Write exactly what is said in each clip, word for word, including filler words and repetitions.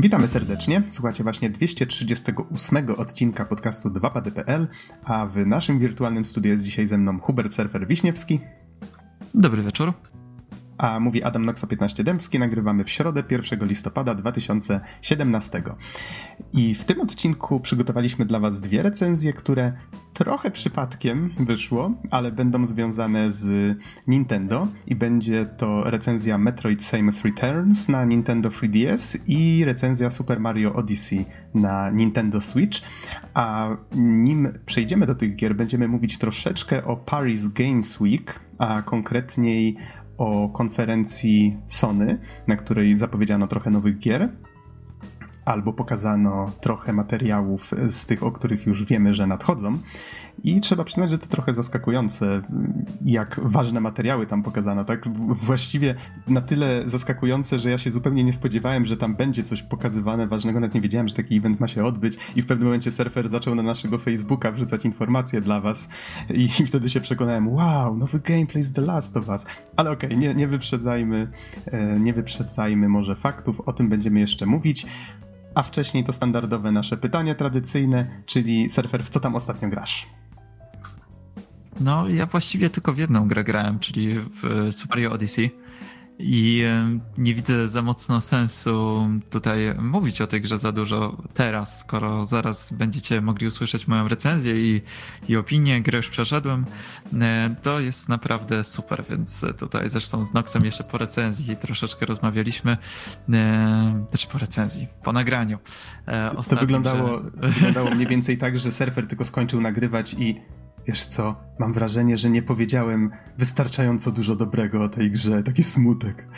Witamy serdecznie. Słuchacie właśnie dwieście trzydziestego ósmego odcinka podcastu dwa pady kropka p l, a w naszym wirtualnym studiu jest dzisiaj ze mną Hubert Surfer Wiśniewski. Dobry wieczór. A mówi Adam Noxa piętnaście Dębski. Nagrywamy w środę pierwszego listopada dwa tysiące siedemnastego. I w tym odcinku przygotowaliśmy dla was dwie recenzje, które trochę przypadkiem wyszło, ale będą związane z Nintendo i będzie to recenzja Metroid Samus Returns na Nintendo trzy D S i recenzja Super Mario Odyssey na Nintendo Switch. A nim przejdziemy do tych gier, będziemy mówić troszeczkę o Paris Games Week, a konkretniej o konferencji Sony, na której zapowiedziano trochę nowych gier, albo pokazano trochę materiałów z tych, o których już wiemy, że nadchodzą. I trzeba przyznać, że to trochę zaskakujące, jak ważne materiały tam pokazano, tak? Właściwie na tyle zaskakujące, że ja się zupełnie nie spodziewałem, że tam będzie coś pokazywane ważnego, nawet nie wiedziałem, że taki event ma się odbyć i w pewnym momencie Surfer zaczął na naszego Facebooka wrzucać informacje dla was i, i wtedy się przekonałem, wow, nowy gameplay z The Last of Us. Ale okej, okay, nie, nie wyprzedzajmy, nie wyprzedzajmy może faktów, o tym będziemy jeszcze mówić. A wcześniej to standardowe nasze pytanie tradycyjne, czyli Surfer, w co tam ostatnio grasz? No, ja właściwie tylko w jedną grę grałem, czyli w Super Mario Odyssey i nie widzę za mocno sensu tutaj mówić o tej grze za dużo teraz, skoro zaraz będziecie mogli usłyszeć moją recenzję i, i opinię, grę już przeszedłem. To jest naprawdę super, więc tutaj zresztą z Noxem jeszcze po recenzji troszeczkę rozmawialiśmy, znaczy po recenzji, po nagraniu. To, to wyglądało, że... to wyglądało mniej więcej tak, że Surfer tylko skończył nagrywać i wiesz co, mam wrażenie, że nie powiedziałem wystarczająco dużo dobrego o tej grze. Taki smutek.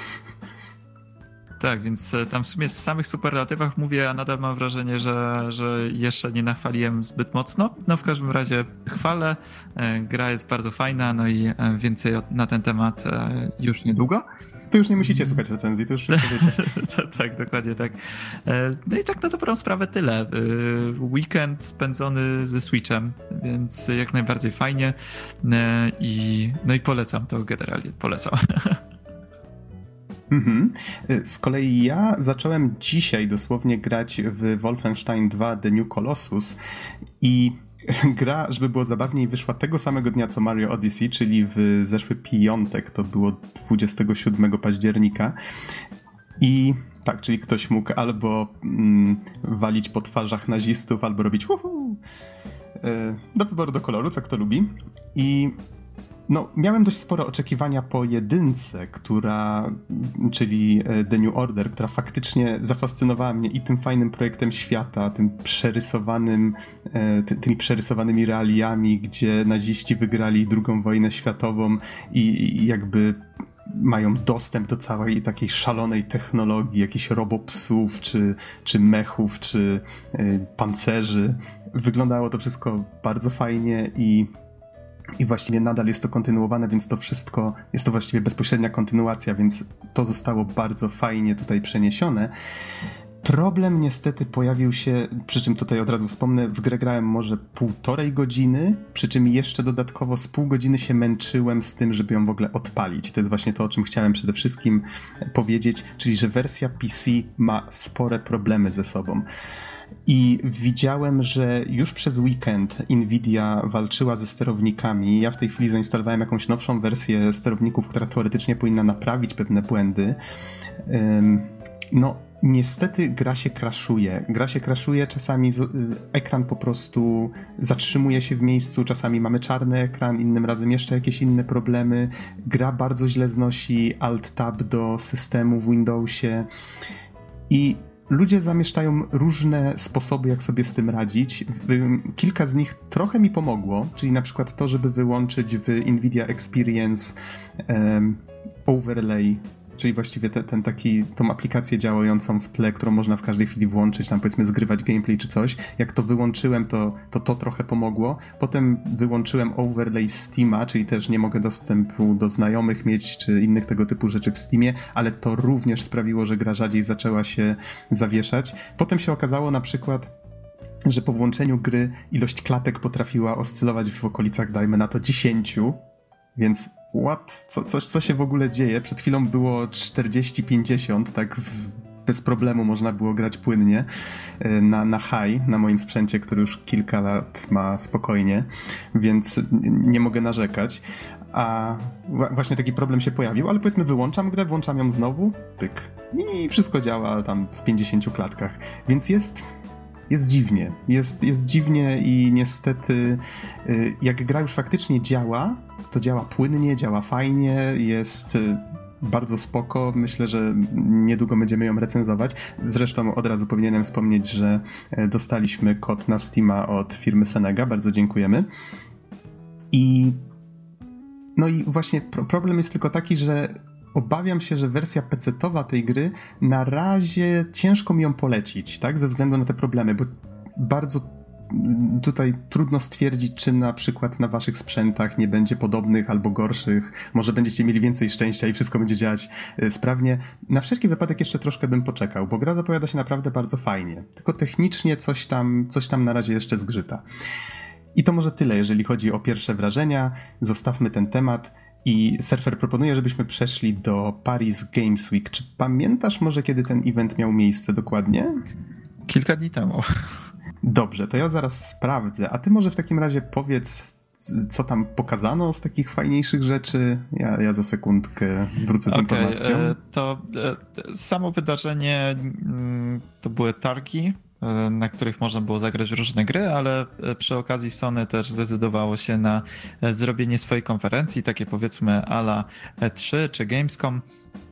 Tak, więc tam w sumie z samych superlatywach mówię, a nadal mam wrażenie, że, że jeszcze nie nachwaliłem zbyt mocno. No w każdym razie chwalę, gra jest bardzo fajna, no i więcej na ten temat już niedługo. To już nie musicie słuchać recenzji, to już wszystko wiecie. Tak, dokładnie tak. No i tak na dobrą sprawę tyle. Weekend spędzony ze Switchem, więc jak najbardziej fajnie i no i polecam to generalnie, polecam. Mhm. Z kolei ja zacząłem dzisiaj dosłownie grać w Wolfenstein dwa The New Colossus i gra, żeby było zabawniej, wyszła tego samego dnia co Mario Odyssey, czyli w zeszły piątek, to było dwudziestego siódmego października. I tak, czyli ktoś mógł albo mm, walić po twarzach nazistów, albo robić uhu, do wyboru, do koloru, co kto lubi. I no, miałem dość spore oczekiwania po jedynce, która, czyli The New Order, która faktycznie zafascynowała mnie i tym fajnym projektem świata, tym przerysowanym, ty, tymi przerysowanymi realiami, gdzie naziści wygrali drugą wojnę światową i, i jakby mają dostęp do całej takiej szalonej technologii, jakichś robopsów, czy, czy mechów, czy y, pancerzy. Wyglądało to wszystko bardzo fajnie i I właściwie nadal jest to kontynuowane, więc to wszystko jest to właściwie bezpośrednia kontynuacja, więc to zostało bardzo fajnie tutaj przeniesione. Problem niestety pojawił się, przy czym tutaj od razu wspomnę, w grę grałem może półtorej godziny, przy czym jeszcze dodatkowo z pół godziny się męczyłem z tym, żeby ją w ogóle odpalić. To jest właśnie to, o czym chciałem przede wszystkim powiedzieć, czyli że wersja P C ma spore problemy ze sobą. I widziałem, że już przez weekend Nvidia walczyła ze sterownikami. Ja w tej chwili zainstalowałem jakąś nowszą wersję sterowników, która teoretycznie powinna naprawić pewne błędy. No, niestety gra się crashuje. Gra się crashuje, czasami ekran po prostu zatrzymuje się w miejscu, czasami mamy czarny ekran, innym razem jeszcze jakieś inne problemy. Gra bardzo źle znosi Alt-Tab do systemu w Windowsie i ludzie zamieszczają różne sposoby, jak sobie z tym radzić. Kilka z nich trochę mi pomogło, czyli na przykład to, żeby wyłączyć w Nvidia Experience um, overlay, czyli właściwie te, ten taki, tą aplikację działającą w tle, którą można w każdej chwili włączyć, tam powiedzmy zgrywać gameplay czy coś. Jak to wyłączyłem, to to, to trochę pomogło. Potem wyłączyłem overlay Steama, czyli też nie mogę dostępu do znajomych mieć, czy innych tego typu rzeczy w Steamie, ale to również sprawiło, że gra rzadziej zaczęła się zawieszać. Potem się okazało na przykład, że po włączeniu gry ilość klatek potrafiła oscylować w okolicach, dajmy na to, dziesięciu, więc what? Co, coś, co się w ogóle dzieje? Przed chwilą było czterdzieści pięćdziesiąt, tak w bez problemu można było grać płynnie na, na high, na moim sprzęcie, który już kilka lat ma spokojnie, więc nie mogę narzekać. A właśnie taki problem się pojawił, ale powiedzmy wyłączam grę, włączam ją znowu, pyk, i wszystko działa tam w pięćdziesięciu klatkach, więc jest, jest dziwnie, jest, jest dziwnie i niestety jak gra już faktycznie działa, to działa płynnie, działa fajnie, jest bardzo spoko, myślę, że niedługo będziemy ją recenzować. Zresztą od razu powinienem wspomnieć, że dostaliśmy kod na Steama od firmy Senega, bardzo dziękujemy. I no i właśnie problem jest tylko taki, że obawiam się, że wersja pecetowa tej gry na razie ciężko mi ją polecić, tak? Ze względu na te problemy, bo bardzo tutaj trudno stwierdzić, czy na przykład na waszych sprzętach nie będzie podobnych albo gorszych, może będziecie mieli więcej szczęścia i wszystko będzie działać sprawnie. Na wszelki wypadek jeszcze troszkę bym poczekał, bo gra zapowiada się naprawdę bardzo fajnie, tylko technicznie coś tam, coś tam na razie jeszcze zgrzyta. I to może tyle, jeżeli chodzi o pierwsze wrażenia. Zostawmy ten temat i Surfer proponuje, żebyśmy przeszli do Paris Games Week. Czy pamiętasz może, kiedy ten event miał miejsce dokładnie? Kilka dni temu. Dobrze, to ja zaraz sprawdzę. A ty może w takim razie powiedz, co tam pokazano z takich fajniejszych rzeczy. Ja, ja za sekundkę wrócę z okay, informacją. To samo wydarzenie to były targi, na których można było zagrać w różne gry, ale przy okazji Sony też zdecydowało się na zrobienie swojej konferencji, takie powiedzmy a la E trzy czy Gamescom.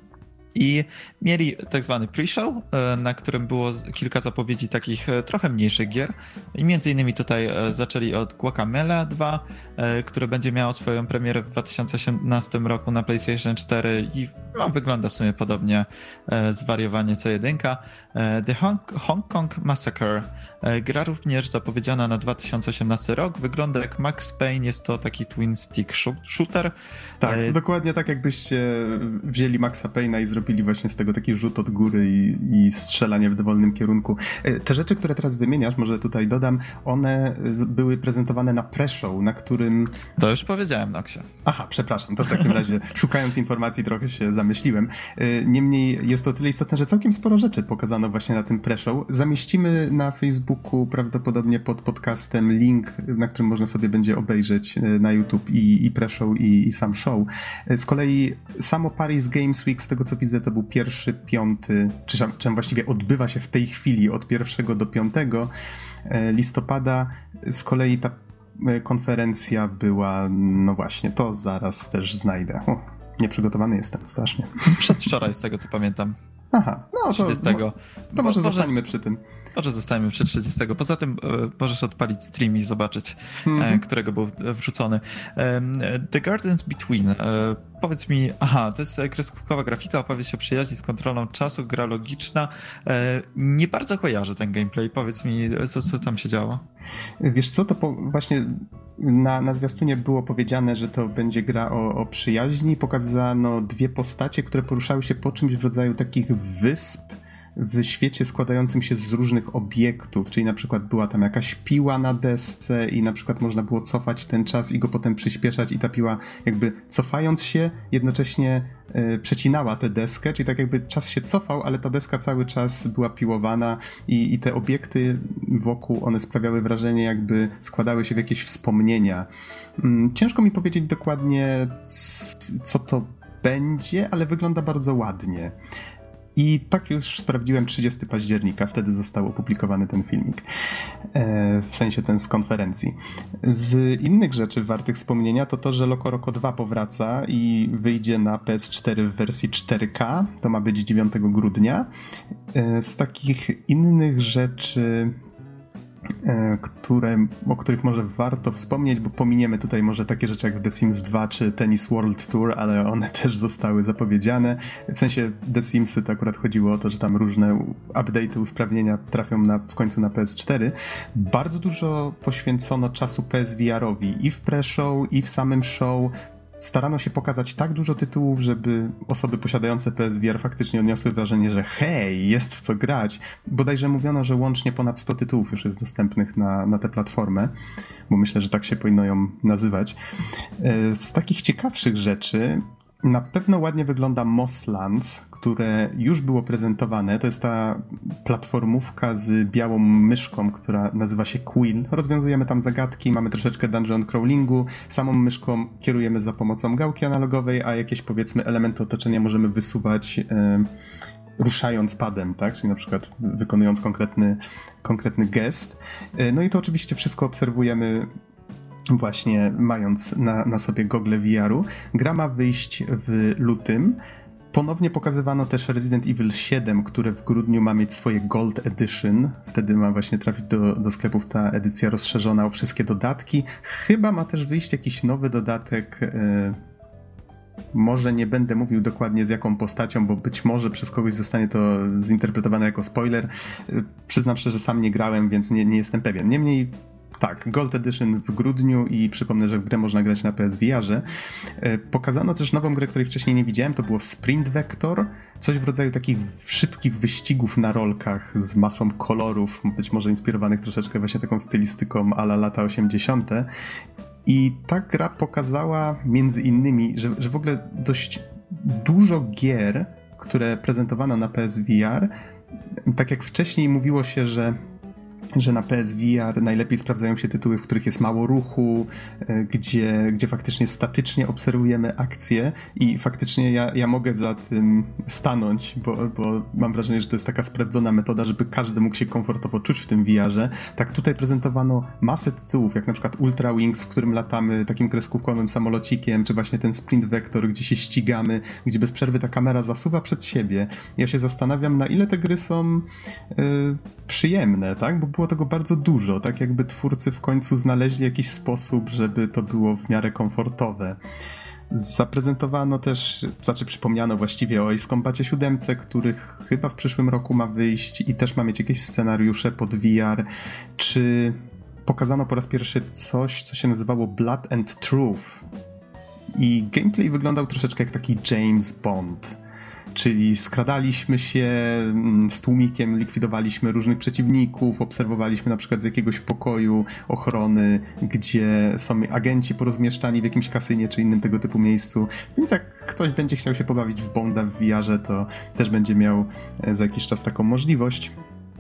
I mieli tak zwany pre-show, na którym było kilka zapowiedzi takich trochę mniejszych gier. I między innymi tutaj zaczęli od Guacamelee dwa, które będzie miało swoją premierę w dwa tysiące osiemnastym roku na PlayStation cztery i no, wygląda w sumie podobnie zwariowanie co jedynka. The Hong, Hong Kong Massacre, gra również zapowiedziana na dwa tysiące osiemnasty rok. Wygląda jak Max Payne, jest to taki twin stick shooter. Tak, e... dokładnie tak jakbyście wzięli Maxa Payne'a i zrobili właśnie z tego taki rzut od góry i, i strzelanie w dowolnym kierunku. Te rzeczy, które teraz wymieniasz, może tutaj dodam, one były prezentowane na pre-show, na którym... To już powiedziałem, Noxie. Aha, przepraszam, to w takim razie szukając informacji trochę się zamyśliłem. Niemniej jest to tyle istotne, że całkiem sporo rzeczy pokazano właśnie na tym pre-show. Zamieścimy na Facebooku prawdopodobnie pod podcastem link, na którym można sobie będzie obejrzeć na YouTube i, i pre-show i, i sam show. Z kolei samo Paris Games Week, z tego co widzę, to był pierwszy, piąty, czy, czy właściwie odbywa się w tej chwili od pierwszego do piątego listopada. Z kolei ta konferencja była, no właśnie, to zaraz też znajdę. O, nieprzygotowany jestem strasznie. Przedwczoraj, z tego co pamiętam. Aha, no to, trzydziestego. to może zostańmy przy tym. Może zostańmy przy trzydziestego. Poza tym e, możesz odpalić stream i zobaczyć, mm-hmm. e, którego był wrzucony. E, The Gardens Between. E, powiedz mi, aha, to jest kreskówkowa grafika, opowieść o przyjaźni z kontrolą czasu, gra logiczna. E, nie bardzo kojarzę ten gameplay. Powiedz mi, co, co tam się działo? Wiesz co, to po, właśnie na, na zwiastunie było powiedziane, że to będzie gra o, o przyjaźni. Pokazano dwie postacie, które poruszały się po czymś w rodzaju takich wysp w świecie składającym się z różnych obiektów, czyli na przykład była tam jakaś piła na desce i na przykład można było cofać ten czas i go potem przyspieszać i ta piła jakby cofając się jednocześnie e, przecinała tę deskę, czyli tak jakby czas się cofał, ale ta deska cały czas była piłowana i, i te obiekty wokół, one sprawiały wrażenie, jakby składały się w jakieś wspomnienia. Hmm, ciężko mi powiedzieć dokładnie co to będzie, ale wygląda bardzo ładnie. I tak już sprawdziłem trzydziestego października, wtedy został opublikowany ten filmik, e, w sensie ten z konferencji. Z innych rzeczy wartych wspomnienia to to, że Loco Roco dwa powraca i wyjdzie na P S cztery w wersji cztery K, to ma być dziewiątego grudnia. E, z takich innych rzeczy, Które, o których może warto wspomnieć, bo pominiemy tutaj może takie rzeczy jak The Sims dwa czy Tennis World Tour, ale one też zostały zapowiedziane. W sensie The Simsy to akurat chodziło o to, że tam różne update'y, usprawnienia trafią na, w końcu na P S cztery. Bardzo dużo poświęcono czasu P S V R-owi i w pre-show, i w samym show. Starano się pokazać tak dużo tytułów, żeby osoby posiadające P S V R faktycznie odniosły wrażenie, że hej, jest w co grać. Bodajże mówiono, że łącznie ponad sto tytułów już jest dostępnych na, na tę platformę, bo myślę, że tak się powinno ją nazywać. Z takich ciekawszych rzeczy Na pewno ładnie wygląda Mosslands, które już było prezentowane. To jest ta platformówka z białą myszką, która nazywa się Quill. Rozwiązujemy tam zagadki, mamy troszeczkę dungeon crawlingu. Samą myszką kierujemy za pomocą gałki analogowej, a jakieś, powiedzmy, elementy otoczenia możemy wysuwać yy, ruszając padem, tak? Czyli na przykład wykonując konkretny, konkretny gest. Yy, no i to oczywiście wszystko obserwujemy właśnie mając na, na sobie gogle V R-u. Gra ma wyjść w lutym. Ponownie pokazywano też Resident Evil siedem, które w grudniu ma mieć swoje Gold Edition. Wtedy ma właśnie trafić do, do sklepów ta edycja rozszerzona o wszystkie dodatki. Chyba ma też wyjść jakiś nowy dodatek. Yy, może nie będę mówił dokładnie z jaką postacią, bo być może przez kogoś zostanie to zinterpretowane jako spoiler. Yy, przyznam szczerze, że sam nie grałem, więc nie, nie jestem pewien. Niemniej tak, Gold Edition w grudniu i przypomnę, że w grę można grać na P S V R-ze. Pokazano też nową grę, której wcześniej nie widziałem, to było Sprint Vector, coś w rodzaju takich szybkich wyścigów na rolkach z masą kolorów, być może inspirowanych troszeczkę właśnie taką stylistyką a la lata osiemdziesiąte. I ta gra pokazała między innymi, że, że w ogóle dość dużo gier, które prezentowano na P S V R, tak jak wcześniej mówiło się, że że na P S V R najlepiej sprawdzają się tytuły, w których jest mało ruchu, gdzie, gdzie faktycznie statycznie obserwujemy akcje i faktycznie ja, ja mogę za tym stanąć, bo, bo mam wrażenie, że to jest taka sprawdzona metoda, żeby każdy mógł się komfortowo czuć w tym V R-ze. Tak tutaj prezentowano masę tytułów, jak na przykład Ultra Wings, w którym latamy takim kreskówkowym samolocikiem, czy właśnie ten Sprint Vector, gdzie się ścigamy, gdzie bez przerwy ta kamera zasuwa przed siebie. Ja się zastanawiam, na ile te gry są yy, przyjemne, tak? Bo było tego bardzo dużo, tak jakby twórcy w końcu znaleźli jakiś sposób, żeby to było w miarę komfortowe. Zaprezentowano też, znaczy przypomniano właściwie o Ace Combacie siedem, których chyba w przyszłym roku ma wyjść i też ma mieć jakieś scenariusze pod V R, czy pokazano po raz pierwszy coś, co się nazywało Blood and Truth i gameplay wyglądał troszeczkę jak taki James Bond. Czyli skradaliśmy się z tłumikiem, likwidowaliśmy różnych przeciwników, obserwowaliśmy na przykład z jakiegoś pokoju ochrony, gdzie są agenci porozmieszczani w jakimś kasynie czy innym tego typu miejscu. Więc jak ktoś będzie chciał się pobawić w Bonda w V R-ze, to też będzie miał za jakiś czas taką możliwość.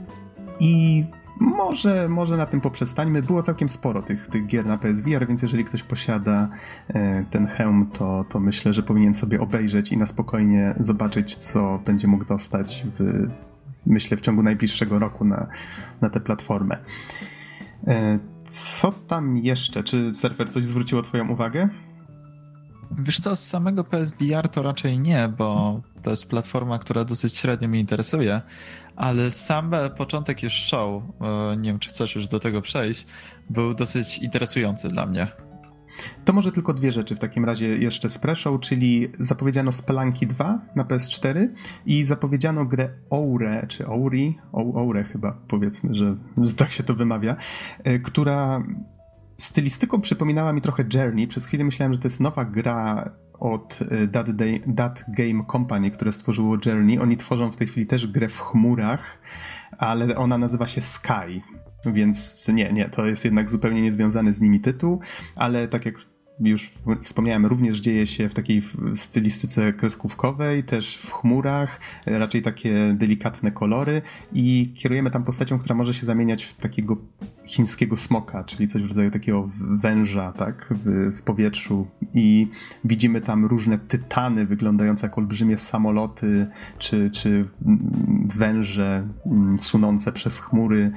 I Może, może na tym poprzestańmy. Było całkiem sporo tych, tych gier na P S V R, więc jeżeli ktoś posiada e, ten hełm, to, to myślę, że powinien sobie obejrzeć i na spokojnie zobaczyć, co będzie mógł dostać w, myślę, w ciągu najbliższego roku na, na tę platformę. E, co tam jeszcze? Czy Surfer coś zwróciło twoją uwagę? Wiesz co, z samego P S V R to raczej nie, bo to jest platforma, która dosyć średnio mnie interesuje, ale sam początek już show, nie wiem czy chcesz już do tego przejść, był dosyć interesujący dla mnie. To może tylko dwie rzeczy w takim razie jeszcze z pre-show, czyli zapowiedziano Spelunky dwa na P S cztery i zapowiedziano grę Oure, czy Ouri, Oure chyba powiedzmy, że, że tak się to wymawia, która stylistyką przypominała mi trochę Journey. Przez chwilę myślałem, że to jest nowa gra od That, Day, That Game Company, które stworzyło Journey. Oni tworzą w tej chwili też grę w chmurach, ale ona nazywa się Sky, więc nie, nie, to jest jednak zupełnie niezwiązany z nimi tytuł, ale tak jak już wspomniałem, również dzieje się w takiej stylistyce kreskówkowej, też w chmurach, raczej takie delikatne kolory i kierujemy tam postacią, która może się zamieniać w takiego chińskiego smoka, czyli coś w rodzaju takiego węża, tak, w, w powietrzu i widzimy tam różne tytany wyglądające jak olbrzymie samoloty, czy, czy węże sunące przez chmury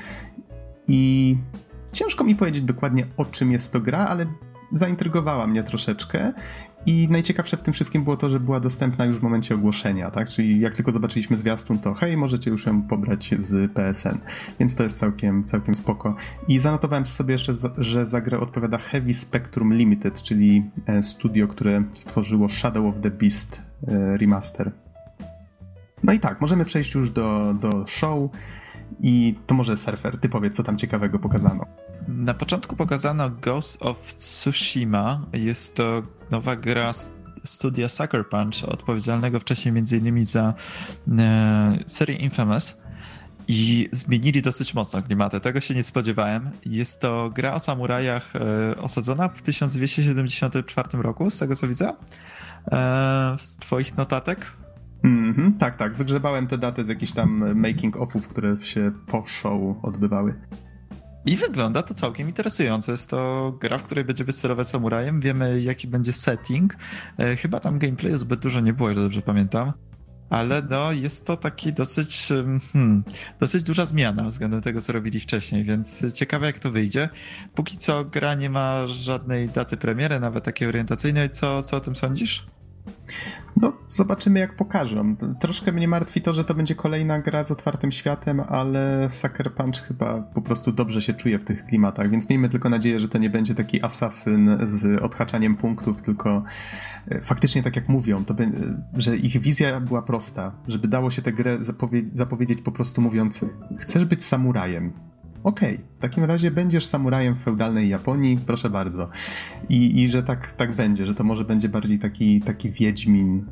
i ciężko mi powiedzieć dokładnie, o czym jest to gra, ale zaintrygowała mnie troszeczkę i najciekawsze w tym wszystkim było to, że była dostępna już w momencie ogłoszenia, tak? Czyli jak tylko zobaczyliśmy zwiastun, to hej, możecie już ją pobrać z P S N, więc to jest całkiem, całkiem spoko. I zanotowałem sobie jeszcze, że za grę odpowiada Heavy Spectrum Limited, czyli studio, które stworzyło Shadow of the Beast remaster. No i tak, możemy przejść już do, do show i to może Surfer, ty powiedz, co tam ciekawego pokazano. Na początku pokazano Ghost of Tsushima. Jest to nowa gra studia Sucker Punch, odpowiedzialnego wcześniej między innymi za e, serię Infamous i zmienili dosyć mocno klimatę. Tego się nie spodziewałem. Jest to gra o samurajach e, osadzona w tysiąc dwieście siedemdziesiątym czwartym roku, z tego co widzę. e, z twoich notatek? Mm-hmm, tak, tak. Wygrzebałem te daty z jakichś tam making-offów, które się po show odbywały. I wygląda to całkiem interesująco. Jest to gra, w której będziemy sterować samurajem. Wiemy, jaki będzie setting. E, chyba tam gameplayu zbyt dużo nie było, ile dobrze pamiętam. Ale no, jest to taki dosyć, hmm, dosyć duża zmiana względem tego, co robili wcześniej, więc ciekawe, jak to wyjdzie. Póki co gra nie ma żadnej daty premiery, nawet takiej orientacyjnej. Co, co o tym sądzisz? No, zobaczymy, jak pokażą. Troszkę mnie martwi to, że to będzie kolejna gra z otwartym światem, ale Sucker Punch chyba po prostu dobrze się czuje w tych klimatach, więc miejmy tylko nadzieję, że to nie będzie taki asasyn z odhaczaniem punktów, tylko faktycznie tak jak mówią, to be- że ich wizja była prosta, żeby dało się tę grę zapowie- zapowiedzieć po prostu mówiąc: chcesz być samurajem. Okej, okay, w takim razie będziesz samurajem w feudalnej Japonii, proszę bardzo. I, i że tak, tak będzie, że to może będzie bardziej taki, taki wiedźmin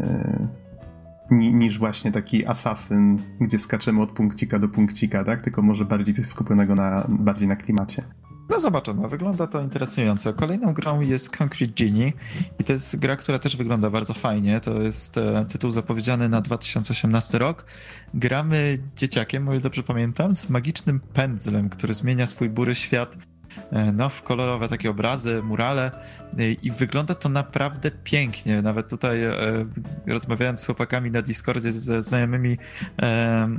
yy, niż właśnie taki asasyn, gdzie skaczemy od punkcika do punkcika, tak? Tylko może bardziej coś skupionego na, bardziej na klimacie. No zobaczymy, wygląda to interesująco. Kolejną grą jest Concrete Genie i to jest gra, która też wygląda bardzo fajnie. To jest e, tytuł zapowiedziany na dwa tysiące osiemnasty rok. Gramy dzieciakiem, o ile dobrze pamiętam, z magicznym pędzlem, który zmienia swój bury świat e, no, w kolorowe takie obrazy, murale e, i wygląda to naprawdę pięknie. Nawet tutaj e, rozmawiając z chłopakami na Discordzie, ze znajomymi, e,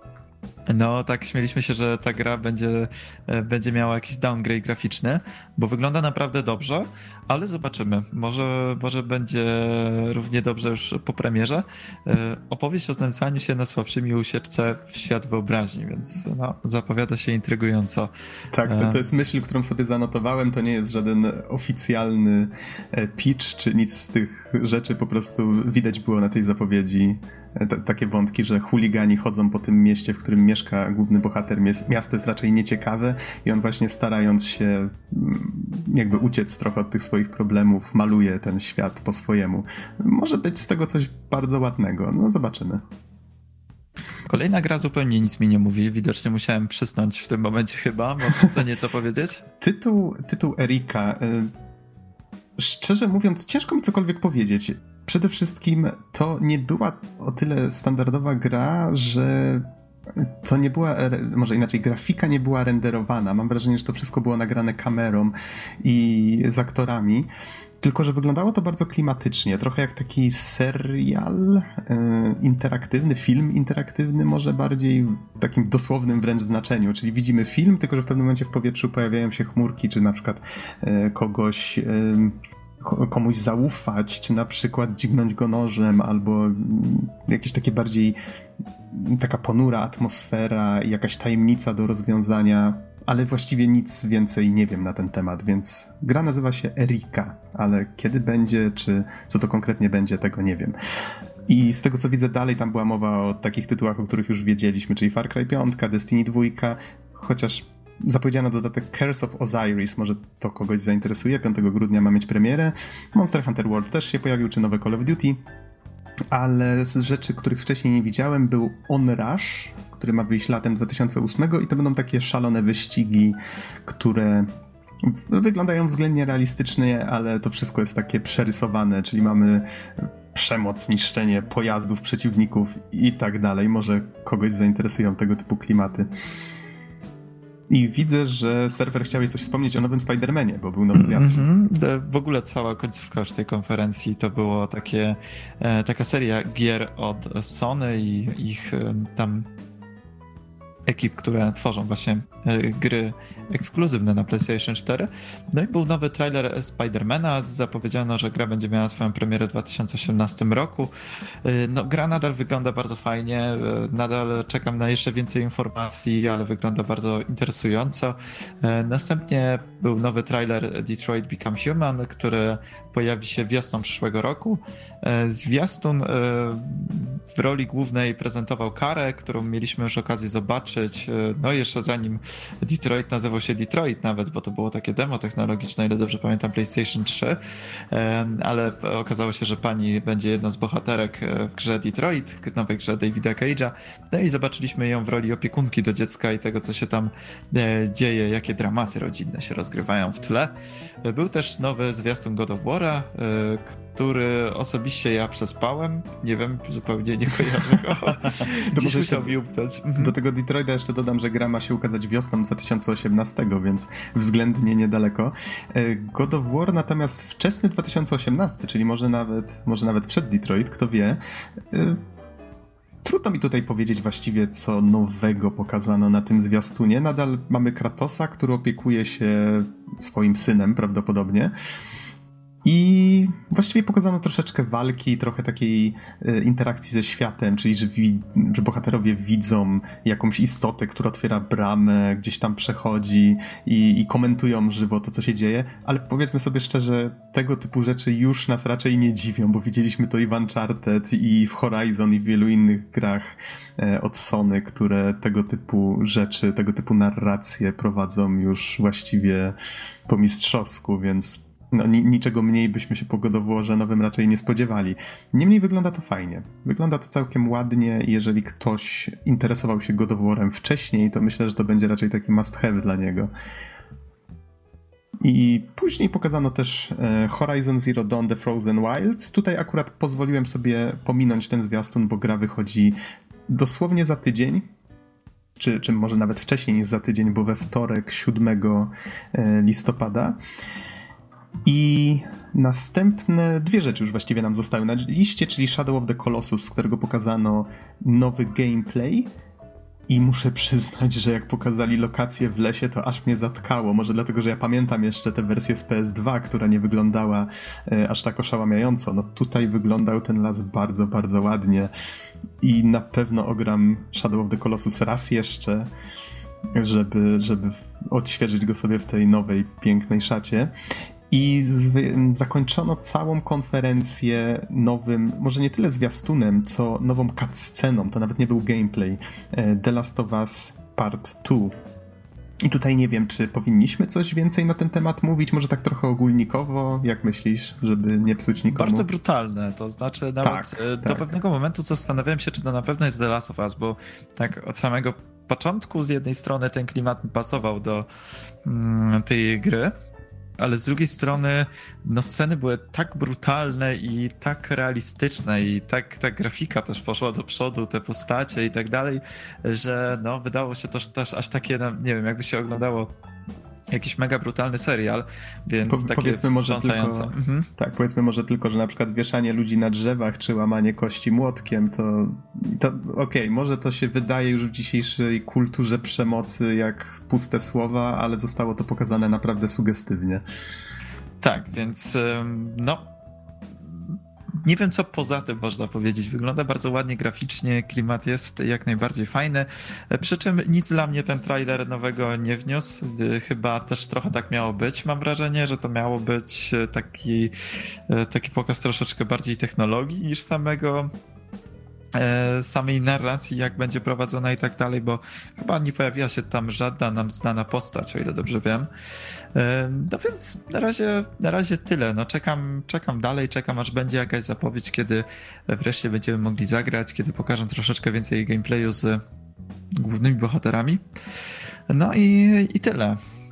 no tak śmieliśmy się, że ta gra będzie, będzie miała jakiś downgrade graficzny, bo wygląda naprawdę dobrze, ale zobaczymy. Może, może będzie równie dobrze już po premierze. Opowieść o znęcaniu się nad słabszymi ucieczce w świat wyobraźni, więc no, zapowiada się intrygująco. Tak, to, to jest myśl, którą sobie zanotowałem. To nie jest żaden oficjalny pitch, czy nic z tych rzeczy. Po prostu widać było na tej zapowiedzi T- takie wątki, że chuligani chodzą po tym mieście, w którym mieszka główny bohater. Miasto jest raczej nieciekawe i on właśnie, starając się jakby uciec trochę od tych swoich problemów, maluje ten świat po swojemu. Może być z tego coś bardzo ładnego. No zobaczymy. Kolejna gra zupełnie nic mi nie mówi. Widocznie musiałem przysnąć w tym momencie chyba. Możesz co nieco powiedzieć? Tytuł, tytuł Erika. Szczerze mówiąc, ciężko mi cokolwiek powiedzieć. Przede wszystkim to nie była o tyle standardowa gra, że to nie była, może inaczej, grafika nie była renderowana. Mam wrażenie, że to wszystko było nagrane kamerą i z aktorami, tylko że wyglądało to bardzo klimatycznie, trochę jak taki serial e, interaktywny, film interaktywny może bardziej w takim dosłownym wręcz znaczeniu, czyli widzimy film, tylko że w pewnym momencie w powietrzu pojawiają się chmurki, czy na przykład e, kogoś... E, komuś zaufać, czy na przykład dźgnąć go nożem, albo jakieś takie bardziej taka ponura atmosfera i jakaś tajemnica do rozwiązania, ale właściwie nic więcej nie wiem na ten temat, więc gra nazywa się Erika, ale kiedy będzie, czy co to konkretnie będzie, tego nie wiem. I z tego co widzę dalej, tam była mowa o takich tytułach, o których już wiedzieliśmy, czyli Far Cry pięć, Destiny dwa, chociaż zapowiedziano dodatek Curse of Osiris, może to kogoś zainteresuje. piątego grudnia ma mieć premierę. Monster Hunter World też się pojawił, czy nowe Call of Duty. Ale z rzeczy, których wcześniej nie widziałem, był Onrush, który ma wyjść latem dwa tysiące ósmego i to będą takie szalone wyścigi, które wyglądają względnie realistycznie, ale to wszystko jest takie przerysowane, czyli mamy przemoc, niszczenie pojazdów, przeciwników i tak dalej. Może kogoś zainteresują tego typu klimaty. I widzę, że serwer chciałeś coś wspomnieć o nowym Spider-Manie, bo był nowy zwiastun. Mm-hmm. W ogóle cała końcówka już tej konferencji to było takie, e, taka seria gier od Sony i ich e, tam ekip, które tworzą właśnie gry ekskluzywne na PlayStation cztery. No i był nowy trailer Spidermana. Zapowiedziano, że gra będzie miała swoją premierę w dwa tysiące osiemnastym roku. No, gra nadal wygląda bardzo fajnie. Nadal czekam na jeszcze więcej informacji, ale wygląda bardzo interesująco. Następnie był nowy trailer Detroit Become Human, który pojawi się wiosną przyszłego roku. Zwiastun w roli głównej prezentował Karę, którą mieliśmy już okazję zobaczyć. No jeszcze zanim Detroit nazywał się Detroit nawet, bo to było takie demo technologiczne, ile dobrze pamiętam, PlayStation trzy, ale okazało się, że pani będzie jedną z bohaterek w grze Detroit, w nowej grze Davida Cage'a. No i zobaczyliśmy ją w roli opiekunki do dziecka i tego, co się tam dzieje, jakie dramaty rodzinne się rozgrywają w tle. Był też nowy zwiastun God of War'a, który osobiście ja przespałem. Nie wiem, zupełnie nie kojarzę go. To może musiał mhm. Do tego Detroita jeszcze dodam, że gra ma się ukazać wiosną dwa tysiące osiemnastego, więc względnie niedaleko. God of War natomiast wczesny dwa tysiące osiemnasty, czyli może nawet, może nawet przed Detroit, kto wie. Trudno mi tutaj powiedzieć właściwie, co nowego pokazano na tym zwiastunie. Nadal mamy Kratosa, który opiekuje się swoim synem prawdopodobnie. I właściwie pokazano troszeczkę walki, trochę takiej interakcji ze światem, czyli że, wi- że bohaterowie widzą jakąś istotę, która otwiera bramę, gdzieś tam przechodzi i, i komentują żywo to, co się dzieje, ale powiedzmy sobie szczerze, tego typu rzeczy już nas raczej nie dziwią, bo widzieliśmy to i w Uncharted, i w Horizon, i w wielu innych grach od Sony, które tego typu rzeczy, tego typu narracje prowadzą już właściwie po mistrzowsku, więc no, niczego mniej byśmy się po God of Warze nowym raczej nie spodziewali. Niemniej wygląda to fajnie. Wygląda to całkiem ładnie. Jeżeli ktoś interesował się God of Warem wcześniej, to myślę, że to będzie raczej taki must have dla niego. I później pokazano też Horizon Zero Dawn The Frozen Wilds. Tutaj akurat pozwoliłem sobie pominąć ten zwiastun, bo gra wychodzi dosłownie za tydzień. Czy, czy może nawet wcześniej niż za tydzień, bo we wtorek siódmego listopada. I następne dwie rzeczy już właściwie nam zostały na liście, czyli Shadow of the Colossus, z którego pokazano nowy gameplay. I muszę przyznać, że jak pokazali lokację w lesie, to aż mnie zatkało. Może dlatego, że ja pamiętam jeszcze tę wersję z P S dwa, która nie wyglądała e, aż tak oszałamiająco. No tutaj wyglądał ten las bardzo, bardzo ładnie. I na pewno ogram Shadow of the Colossus raz jeszcze, żeby, żeby odświeżyć go sobie w tej nowej, pięknej szacie. I z, zakończono całą konferencję nowym, może nie tyle zwiastunem, co nową cutsceną. To nawet nie był gameplay. The Last of Us Part dwa. I tutaj nie wiem, czy powinniśmy coś więcej na ten temat mówić, może tak trochę ogólnikowo, jak myślisz, żeby nie psuć nikomu? Bardzo brutalne, to znaczy nawet tak, do tak. pewnego momentu zastanawiałem się, czy to na pewno jest The Last of Us, bo tak od samego początku z jednej strony ten klimat pasował do mm, tej gry, ale z drugiej strony no, sceny były tak brutalne i tak realistyczne i tak ta grafika też poszła do przodu, te postacie i tak dalej, że no, wydało się to też aż takie, no, nie wiem, jakby się oglądało jakiś mega brutalny serial, więc po, takie wstrząsające. Tylko, mhm. Tak, powiedzmy może tylko, że na przykład wieszanie ludzi na drzewach, czy łamanie kości młotkiem, to, to okej, okay, może to się wydaje już w dzisiejszej kulturze przemocy jak puste słowa, ale zostało to pokazane naprawdę sugestywnie. Tak, więc no nie wiem, co poza tym można powiedzieć. Wygląda bardzo ładnie graficznie, klimat jest jak najbardziej fajny. Przy czym nic dla mnie ten trailer nowego nie wniósł. Chyba też trochę tak miało być. Mam wrażenie, że to miało być taki, taki pokaz troszeczkę bardziej technologii niż samego samej narracji, jak będzie prowadzona i tak dalej, bo chyba nie pojawiła się tam żadna nam znana postać, o ile dobrze wiem. No więc na razie, na razie tyle. No czekam, czekam dalej, czekam aż będzie jakaś zapowiedź, kiedy wreszcie będziemy mogli zagrać, kiedy pokażę troszeczkę więcej gameplayu z głównymi bohaterami. No i, i tyle.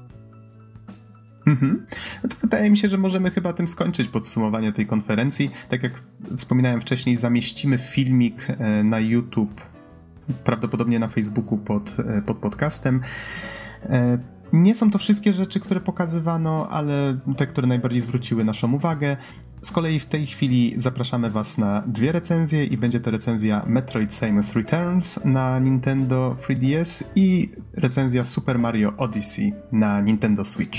Mhm. No to wydaje mi się, że możemy chyba tym skończyć podsumowanie tej konferencji. Tak jak wspominałem wcześniej, zamieścimy filmik na YouTube, prawdopodobnie na Facebooku pod, pod podcastem. Nie są to wszystkie rzeczy, które pokazywano, ale te, które najbardziej zwróciły naszą uwagę. Z kolei w tej chwili zapraszamy was na dwie recenzje i będzie to recenzja Metroid Samus Returns na Nintendo trzy D S i recenzja Super Mario Odyssey na Nintendo Switch.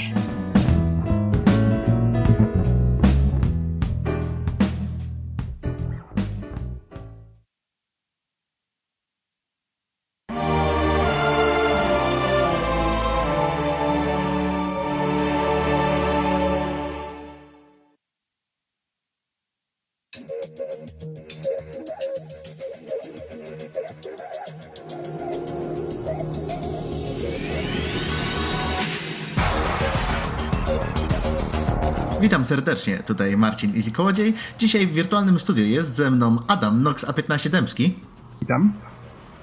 Witam serdecznie, tutaj Marcin Easy Kołodziej. Dzisiaj w wirtualnym studiu jest ze mną Adam Nox A piętnaście Dębski. Witam.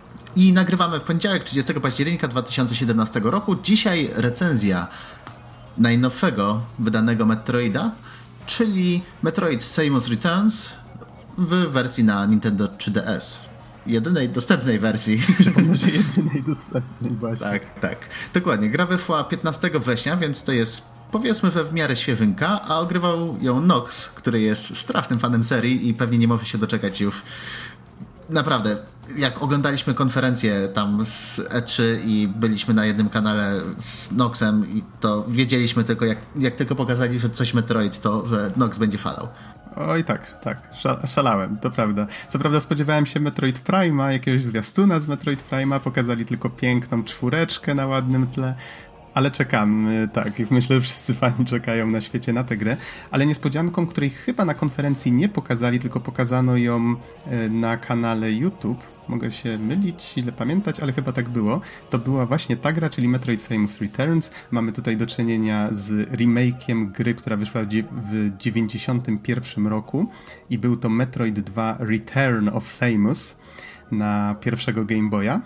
I nagrywamy w poniedziałek, trzydziestego października dwa tysiące siedemnastego roku. Dzisiaj recenzja najnowszego wydanego Metroida, czyli Metroid Samus Returns w wersji na Nintendo trzy D S. Jedynej dostępnej wersji. Przypomnę, że jedynej dostępnej właśnie. Tak, tak. Dokładnie. Gra wyszła piętnastego września, więc to jest powiedzmy, że w miarę świeżynka, a ogrywał ją Nox, który jest strasznym fanem serii i pewnie nie może się doczekać już. Naprawdę, jak oglądaliśmy konferencję tam z E trzy i byliśmy na jednym kanale z Noxem, i to wiedzieliśmy tylko, jak, jak tylko pokazali, że coś Metroid, to że Nox będzie szalał. Oj tak, tak, szalałem, to prawda. Co prawda spodziewałem się Metroid Prime'a, jakiegoś zwiastuna z Metroid Prime'a, pokazali tylko piękną czwóreczkę na ładnym tle, ale czekam, tak, myślę, że wszyscy fani czekają na świecie na tę grę, ale niespodzianką, której chyba na konferencji nie pokazali, tylko pokazano ją na kanale YouTube, mogę się mylić, źle pamiętać, ale chyba tak było, to była właśnie ta gra, czyli Metroid Samus Returns. Mamy tutaj do czynienia z remake'iem gry, która wyszła w dziewięćdziesiątym pierwszym roku i był to Metroid dwa Return of Samus na pierwszego Game Boya.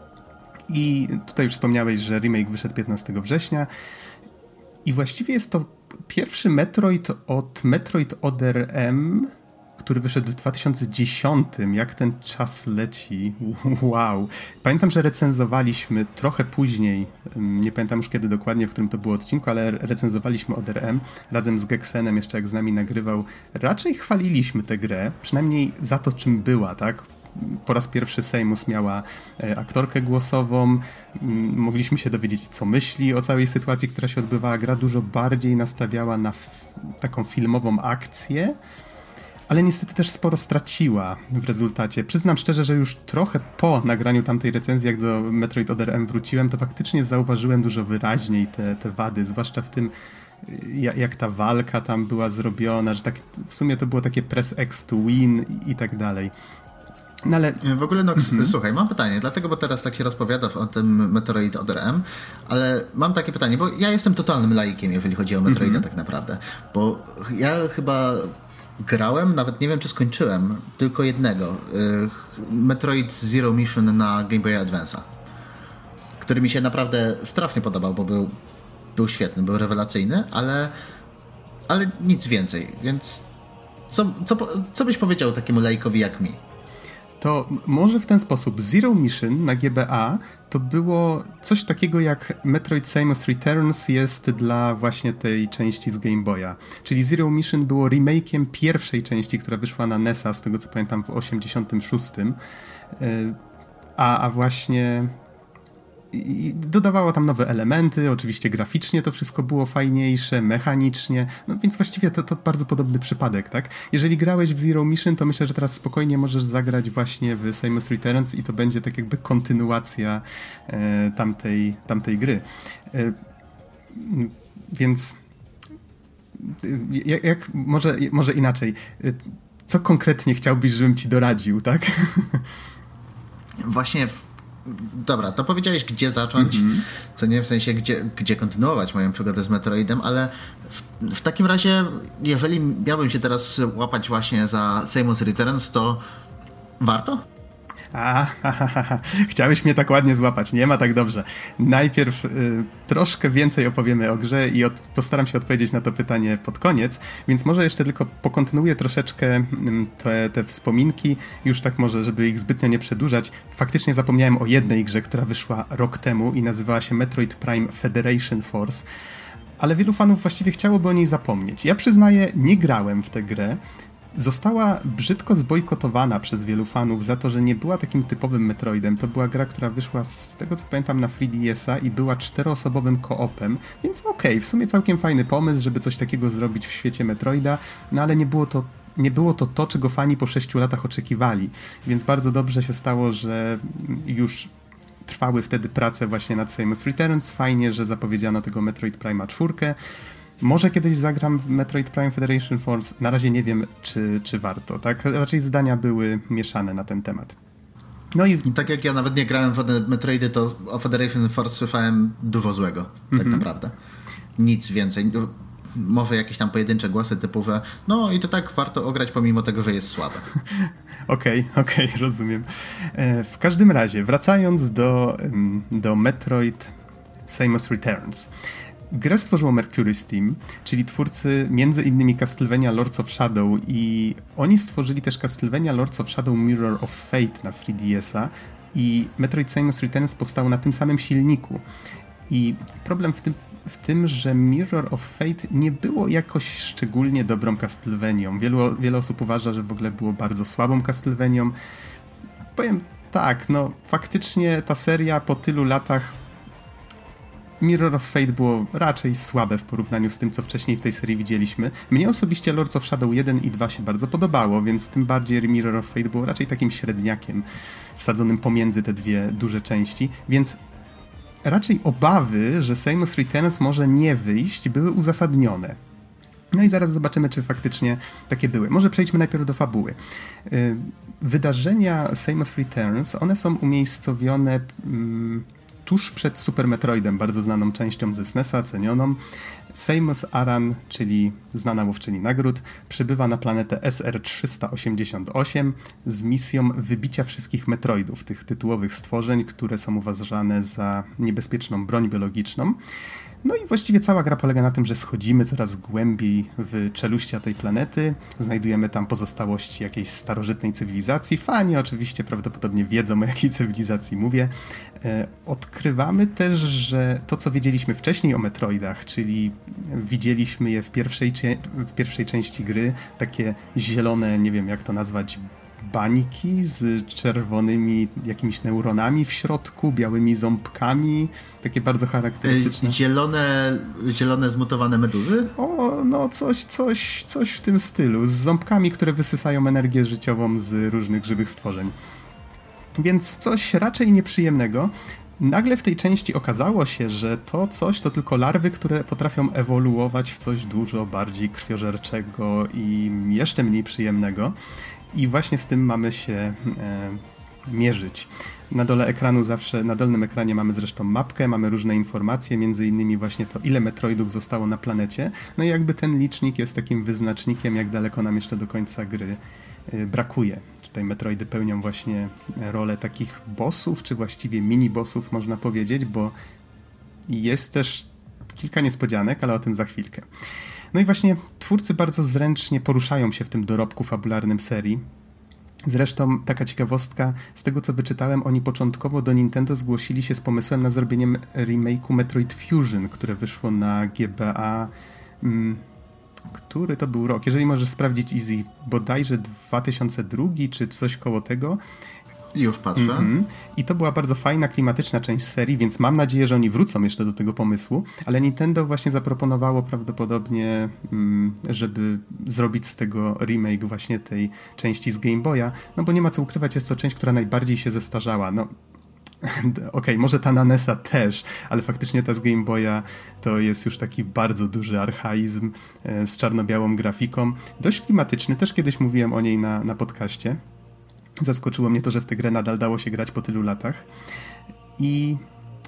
I tutaj już wspomniałeś, że remake wyszedł piętnastego września i właściwie jest to pierwszy Metroid od Metroid Other M, który wyszedł w dwa tysiące dziesiątym. Jak ten czas leci. Wow. Pamiętam, że recenzowaliśmy trochę później, nie pamiętam już kiedy dokładnie, w którym to było odcinku, ale recenzowaliśmy Other M razem z Geksenem, jeszcze jak z nami nagrywał. Raczej chwaliliśmy tę grę, przynajmniej za to, czym była, tak? Po raz pierwszy Samus miała aktorkę głosową, mogliśmy się dowiedzieć, co myśli o całej sytuacji, która się odbywała. Gra dużo bardziej nastawiała na f- taką filmową akcję, ale niestety też sporo straciła w rezultacie. Przyznam szczerze, że już trochę po nagraniu tamtej recenzji, jak do Metroid Other M wróciłem, to faktycznie zauważyłem dużo wyraźniej te, te wady, zwłaszcza w tym, jak ta walka tam była zrobiona, że tak w sumie to było takie press X to win i, i tak dalej. No ale... W ogóle, Nox, mm-hmm. słuchaj, mam pytanie, dlatego, bo teraz tak się rozpowiadasz o tym Metroid Other M, ale mam takie pytanie, bo ja jestem totalnym laikiem, jeżeli chodzi o Metroida mm-hmm. tak naprawdę, bo ja chyba grałem, nawet nie wiem, czy skończyłem, tylko jednego, y, Metroid Zero Mission na Game Boy Advance'a, który mi się naprawdę strasznie podobał, bo był, był świetny, był rewelacyjny, ale, ale nic więcej, więc co, co, co byś powiedział takiemu laikowi jak mi? To może w ten sposób. Zero Mission na G B A to było coś takiego jak Metroid Samus Returns jest dla właśnie tej części z Game Boya. Czyli Zero Mission było remake'iem pierwszej części, która wyszła na N E S a, z tego co pamiętam w osiemdziesiątym szóstym. A, a właśnie... I dodawało tam nowe elementy, oczywiście graficznie to wszystko było fajniejsze, mechanicznie, no więc właściwie to, to bardzo podobny przypadek, tak? Jeżeli grałeś w Zero Mission, to myślę, że teraz spokojnie możesz zagrać właśnie w Samus Returns i to będzie tak jakby kontynuacja e, tamtej, tamtej gry. E, więc jak, jak może, może inaczej, co konkretnie chciałbyś, żebym ci doradził, tak? Właśnie w Dobra, to powiedziałeś, gdzie zacząć, mm-hmm. co nie w sensie, gdzie, gdzie kontynuować moją przygodę z Metroidem, ale w, w takim razie, jeżeli miałbym się teraz łapać właśnie za Samus Returns, to warto? A, ha, ha, ha. Chciałeś mnie tak ładnie złapać, nie ma tak dobrze. Najpierw y, troszkę więcej opowiemy o grze i od, postaram się odpowiedzieć na to pytanie pod koniec, więc może jeszcze tylko pokontynuuję troszeczkę y, te, te wspominki, już tak może, żeby ich zbytnio nie przedłużać. Faktycznie zapomniałem o jednej grze, która wyszła rok temu i nazywała się Metroid Prime Federation Force, ale wielu fanów właściwie chciałoby o niej zapomnieć. Ja przyznaję, nie grałem w tę grę. Została brzydko zbojkotowana przez wielu fanów za to, że nie była takim typowym Metroidem. To była gra, która wyszła z tego, co pamiętam, na trzy D S a i była czteroosobowym koopem, więc okej, okay, w sumie całkiem fajny pomysł, żeby coś takiego zrobić w świecie Metroida, no ale nie było to nie było to to, czego fani po sześciu latach oczekiwali, więc bardzo dobrze się stało, że już trwały wtedy prace właśnie nad Samus Returns. Fajnie, że zapowiedziano tego Metroid Prime'a czwórkę. Może kiedyś zagram w Metroid Prime Federation Force. Na razie nie wiem, czy, czy warto. Tak? Raczej zdania były mieszane na ten temat. No i... I tak jak ja nawet nie grałem w żadne Metroidy, to o Federation Force słyszałem dużo złego, mm-hmm. tak naprawdę. Nic więcej. Może jakieś tam pojedyncze głosy typu, że no i to tak warto ograć pomimo tego, że jest słabe. Okej, okay, okej, okay, rozumiem. W każdym razie, wracając do, do Metroid Samus Returns. grę stworzyło Mercury Steam, czyli twórcy między innymi Castlevania Lords of Shadow i oni stworzyli też Castlevania Lords of Shadow Mirror of Fate na trzy D S a i Metroid Samus Returns powstało na tym samym silniku. I problem w tym, w tym, że Mirror of Fate nie było jakoś szczególnie dobrą Castlevanią. Wielu, wiele osób uważa, że w ogóle było bardzo słabą Castlevanią. Powiem tak, no faktycznie ta seria po tylu latach Mirror of Fate było raczej słabe w porównaniu z tym, co wcześniej w tej serii widzieliśmy. Mnie osobiście Lords of Shadow jeden i dwa się bardzo podobało, więc tym bardziej Mirror of Fate było raczej takim średniakiem wsadzonym pomiędzy te dwie duże części, więc raczej obawy, że Samus Returns może nie wyjść, były uzasadnione. No i zaraz zobaczymy, czy faktycznie takie były. Może przejdźmy najpierw do fabuły. Wydarzenia Samus Returns, one są umiejscowione mm, tuż przed Super Metroidem, bardzo znaną częścią ze S N E S a, cenioną. Samus Aran, czyli znana łowczyni nagród, przybywa na planetę S R trzysta osiemdziesiąt osiem z misją wybicia wszystkich Metroidów, tych tytułowych stworzeń, które są uważane za niebezpieczną broń biologiczną. No i właściwie cała gra polega na tym, że schodzimy coraz głębiej w czeluścia tej planety, znajdujemy tam pozostałości jakiejś starożytnej cywilizacji. Fani oczywiście prawdopodobnie wiedzą, o jakiej cywilizacji mówię. E, odkrywamy też, że to, co wiedzieliśmy wcześniej o Metroidach, czyli widzieliśmy je w pierwszej, w pierwszej części gry, takie zielone, nie wiem jak to nazwać, bańki z czerwonymi jakimiś neuronami w środku, białymi ząbkami, takie bardzo charakterystyczne. Zielone, zielone zmutowane meduzy? O, no coś, coś, coś w tym stylu, z ząbkami, które wysysają energię życiową z różnych żywych stworzeń. Więc coś raczej nieprzyjemnego. Nagle w tej części okazało się, że to coś to tylko larwy, które potrafią ewoluować w coś dużo bardziej krwiożerczego i jeszcze mniej przyjemnego. I właśnie z tym mamy się e, mierzyć. Na dole ekranu zawsze, na dolnym ekranie mamy zresztą mapkę, mamy różne informacje, między innymi właśnie to, ile Metroidów zostało na planecie. No i jakby ten licznik jest takim wyznacznikiem, jak daleko nam jeszcze do końca gry e, brakuje. Tutaj Metroidy pełnią właśnie rolę takich bossów, czy właściwie mini-bossów można powiedzieć, bo jest też kilka niespodzianek, ale o tym za chwilkę. No i właśnie twórcy bardzo zręcznie poruszają się w tym dorobku fabularnym serii. Zresztą taka ciekawostka, z tego co wyczytałem, oni początkowo do Nintendo zgłosili się z pomysłem na zrobienie remake'u Metroid Fusion, które wyszło na G B A. Hmm, który to był rok? Jeżeli możesz sprawdzić Easy, bodajże dwa tysiące drugi czy coś koło tego. Już patrzę. Mm-hmm. I to była bardzo fajna, klimatyczna część serii, więc mam nadzieję, że oni wrócą jeszcze do tego pomysłu, ale Nintendo właśnie zaproponowało prawdopodobnie, żeby zrobić z tego remake właśnie tej części z Game Boya, no bo nie ma co ukrywać, jest to część, która najbardziej się zestarzała. No, okej, okay, może ta na N E S a też, ale faktycznie ta z Game Boya to jest już taki bardzo duży archaizm z czarno-białą grafiką. Dość klimatyczny, też kiedyś mówiłem o niej na, na podcaście. Zaskoczyło mnie to, że w tę grę nadal dało się grać po tylu latach. I...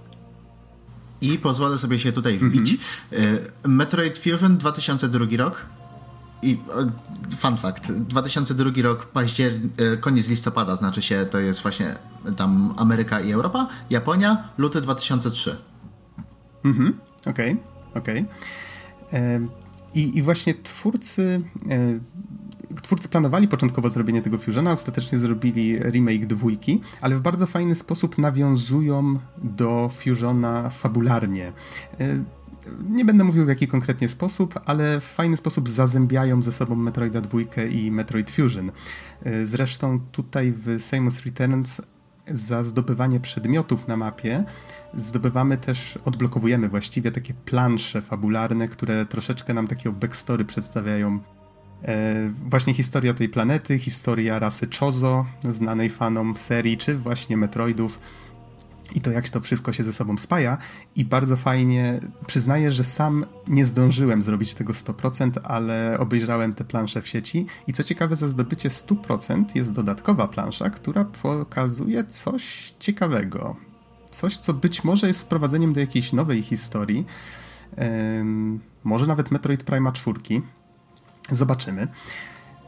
I pozwolę sobie się tutaj wbić. Mm-hmm. Metroid Fusion dwa tysiące drugi rok. I fun fact, dwa tysiące drugi rok, paździer... koniec listopada, znaczy się, to jest właśnie tam Ameryka i Europa, Japonia, luty dwa tysiące trzeci. Mhm, okej, okay, okej. Okay. I, I właśnie twórcy... Twórcy planowali początkowo zrobienie tego Fusiona, ostatecznie zrobili remake dwójki, ale w bardzo fajny sposób nawiązują do Fusiona fabularnie. Nie będę mówił w jaki konkretnie sposób, ale w fajny sposób zazębiają ze sobą Metroida dwójkę i Metroid Fusion. Zresztą tutaj w Samus Returns za zdobywanie przedmiotów na mapie zdobywamy też, odblokowujemy właściwie takie plansze fabularne, które troszeczkę nam takiego backstory przedstawiają. E, właśnie historia tej planety, historia rasy Chozo, znanej fanom serii, czy właśnie Metroidów i to jak to wszystko się ze sobą spaja i bardzo fajnie, przyznaję, że sam nie zdążyłem zrobić tego sto procent, ale obejrzałem te plansze w sieci i co ciekawe, za zdobycie sto procent jest dodatkowa plansza, która pokazuje coś ciekawego. Coś, co być może jest wprowadzeniem do jakiejś nowej historii, e, może nawet Metroid Prima cztery. Zobaczymy. W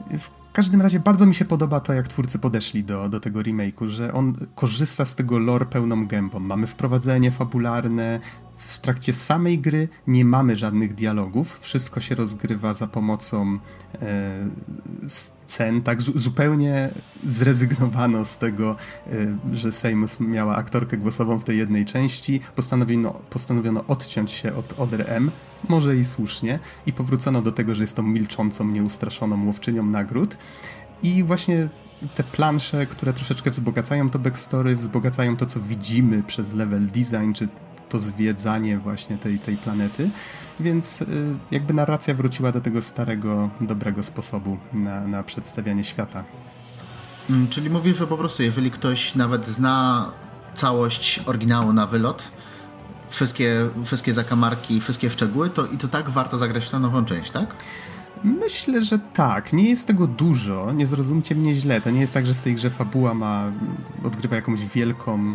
W każdym razie bardzo mi się podoba to, jak twórcy podeszli do, do tego remake'u, że on korzysta z tego lore pełną gębą. Mamy wprowadzenie fabularne, w trakcie samej gry nie mamy żadnych dialogów, wszystko się rozgrywa za pomocą e, scen, tak zu- zupełnie zrezygnowano z tego, e, że Seymour miała aktorkę głosową w tej jednej części, postanowiono, postanowiono odciąć się od Other M, może i słusznie, i powrócono do tego, że jest tą milczącą, nieustraszoną łowczynią nagród. I właśnie te plansze, które troszeczkę wzbogacają to backstory, wzbogacają to, co widzimy przez level design, czy to zwiedzanie właśnie tej, tej planety, więc jakby narracja wróciła do tego starego, dobrego sposobu na, na przedstawianie świata. Hmm, czyli mówisz, że po prostu jeżeli ktoś nawet zna całość oryginału na wylot, wszystkie, wszystkie zakamarki, wszystkie szczegóły, to i to tak warto zagrać w tę nową część, tak? Myślę, że tak. Nie jest tego dużo, nie zrozumcie mnie źle. To nie jest tak, że w tej grze fabuła ma, odgrywa jakąś wielką,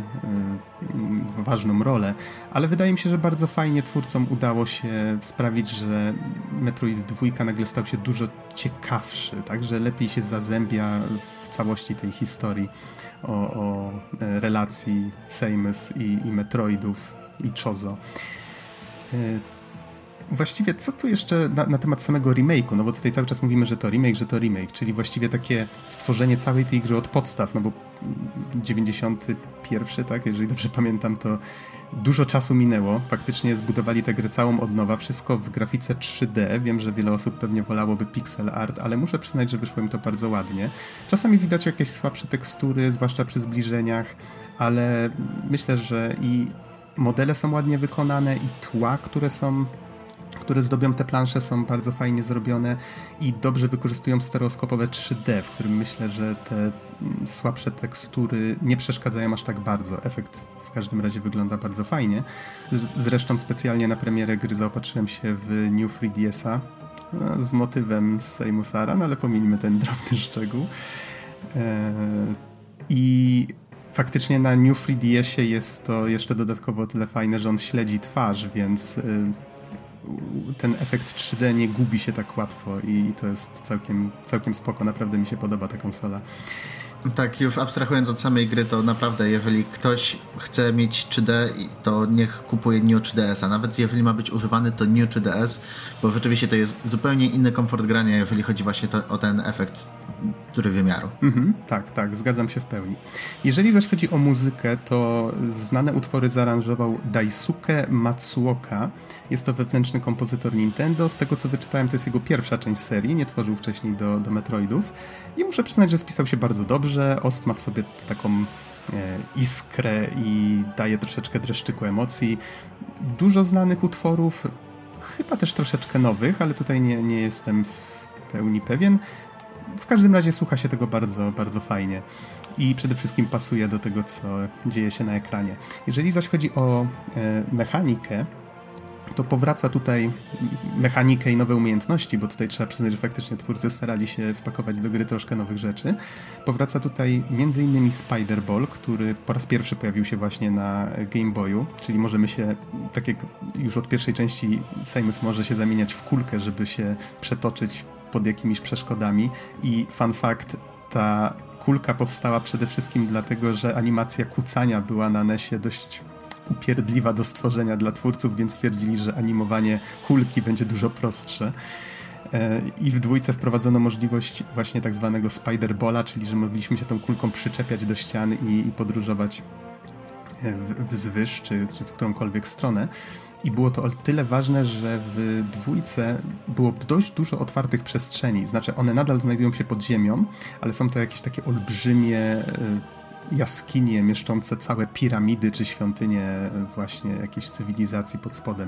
yy, ważną rolę, ale wydaje mi się, że bardzo fajnie twórcom udało się sprawić, że Metroid dwa nagle stał się dużo ciekawszy, tak, że lepiej się zazębia w całości tej historii o, o relacji Samus i, i Metroidów i Chozo. Yy. Właściwie co tu jeszcze na, na temat samego remake'u, no bo tutaj cały czas mówimy, że to remake, że to remake, czyli właściwie takie stworzenie całej tej gry od podstaw, no bo dziewięćdziesiąty pierwszy, tak, jeżeli dobrze pamiętam, to dużo czasu minęło, faktycznie zbudowali tę grę całą od nowa, wszystko w grafice trzy D, wiem, że wiele osób pewnie wolałoby pixel art, ale muszę przyznać, że wyszło im to bardzo ładnie. Czasami widać jakieś słabsze tekstury, zwłaszcza przy zbliżeniach, ale myślę, że i modele są ładnie wykonane i tła, które są które zdobią te plansze, są bardzo fajnie zrobione i dobrze wykorzystują stereoskopowe trzy D, w którym myślę, że te słabsze tekstury nie przeszkadzają aż tak bardzo. Efekt w każdym razie wygląda bardzo fajnie. Zresztą specjalnie na premierę gry zaopatrzyłem się w New trzy D S a no, z motywem z Samus Aran, ale pomińmy ten drobny szczegół. I faktycznie na New trzy D S ie jest to jeszcze dodatkowo o tyle fajne, że on śledzi twarz, więc ten efekt trzy D nie gubi się tak łatwo i to jest całkiem, całkiem spoko. Naprawdę mi się podoba ta konsola. Tak, już abstrahując od samej gry, to naprawdę jeżeli ktoś chce mieć trzy D, to niech kupuje Neo trzy D S a. Nawet jeżeli ma być używany, to Neo trzy D S, bo rzeczywiście to jest zupełnie inny komfort grania, jeżeli chodzi właśnie to, o ten efekt trójwymiaru. Mhm, tak, tak, zgadzam się w pełni. Jeżeli zaś chodzi o muzykę, to znane utwory zaaranżował Daisuke Matsuoka. Jest to wewnętrzny kompozytor Nintendo. Z tego, co wyczytałem, to jest jego pierwsza część serii. Nie tworzył wcześniej do, do Metroidów. I muszę przyznać, że spisał się bardzo dobrze. Ost ma w sobie taką e, iskrę i daje troszeczkę dreszczyku emocji. Dużo znanych utworów, chyba też troszeczkę nowych, ale tutaj nie, nie jestem w pełni pewien. W każdym razie słucha się tego bardzo, bardzo fajnie i przede wszystkim pasuje do tego, co dzieje się na ekranie. Jeżeli zaś chodzi o e, mechanikę, to powraca tutaj mechanikę i nowe umiejętności, bo tutaj trzeba przyznać, że faktycznie twórcy starali się wpakować do gry troszkę nowych rzeczy. Powraca tutaj między innymi Spider Ball, który po raz pierwszy pojawił się właśnie na Game Boyu, czyli możemy się, tak jak już od pierwszej części, Samus może się zamieniać w kulkę, żeby się przetoczyć pod jakimiś przeszkodami i fun fact, ta kulka powstała przede wszystkim dlatego, że animacja kucania była na nesie dość upierdliwa do stworzenia dla twórców, więc stwierdzili, że animowanie kulki będzie dużo prostsze. I w dwójce wprowadzono możliwość właśnie tak zwanego Spider Balla, czyli że mogliśmy się tą kulką przyczepiać do ścian i, i podróżować w, wzwyż, czy, czy w którąkolwiek stronę. I było to o tyle ważne, że w dwójce było dość dużo otwartych przestrzeni. Znaczy one nadal znajdują się pod ziemią, ale są to jakieś takie olbrzymie jaskinie mieszczące całe piramidy czy świątynie właśnie jakiejś cywilizacji pod spodem.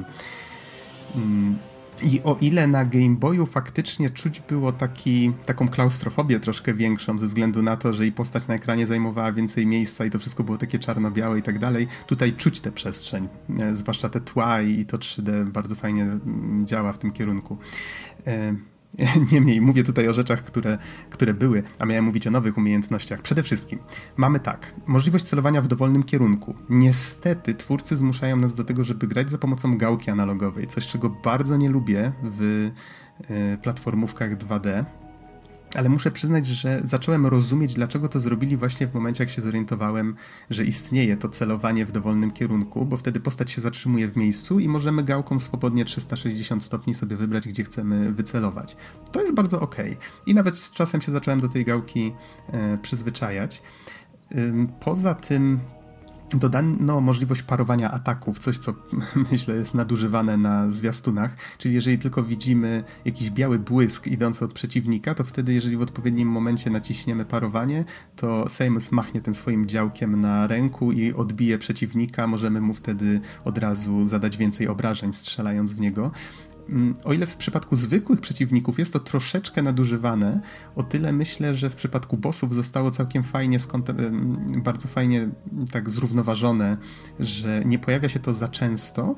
I o ile na Game Boyu faktycznie czuć było taki, taką klaustrofobię troszkę większą ze względu na to, że i postać na ekranie zajmowała więcej miejsca i to wszystko było takie czarno-białe i tak dalej, tutaj czuć tę przestrzeń, zwłaszcza te tła i to trzy D bardzo fajnie działa w tym kierunku. Niemniej mówię tutaj o rzeczach, które, które były, a miałem mówić o nowych umiejętnościach. Przede wszystkim mamy tak, możliwość celowania w dowolnym kierunku. Niestety twórcy zmuszają nas do tego, żeby grać za pomocą gałki analogowej, coś czego bardzo nie lubię w y, platformówkach dwa D. Ale muszę przyznać, że zacząłem rozumieć, dlaczego to zrobili właśnie w momencie, jak się zorientowałem, że istnieje to celowanie w dowolnym kierunku, bo wtedy postać się zatrzymuje w miejscu i możemy gałką swobodnie trzysta sześćdziesiąt stopni sobie wybrać, gdzie chcemy wycelować. To jest bardzo okej. Okay. I nawet z czasem się zacząłem do tej gałki e, przyzwyczajać. Ym, poza tym dodano możliwość parowania ataków, coś co myślę jest nadużywane na zwiastunach, czyli jeżeli tylko widzimy jakiś biały błysk idący od przeciwnika, to wtedy jeżeli w odpowiednim momencie naciśniemy parowanie, to Samus machnie tym swoim działkiem na ręku i odbije przeciwnika, możemy mu wtedy od razu zadać więcej obrażeń strzelając w niego. O ile w przypadku zwykłych przeciwników jest to troszeczkę nadużywane, o tyle myślę, że w przypadku bossów zostało całkiem fajnie, bardzo fajnie tak zrównoważone, że nie pojawia się to za często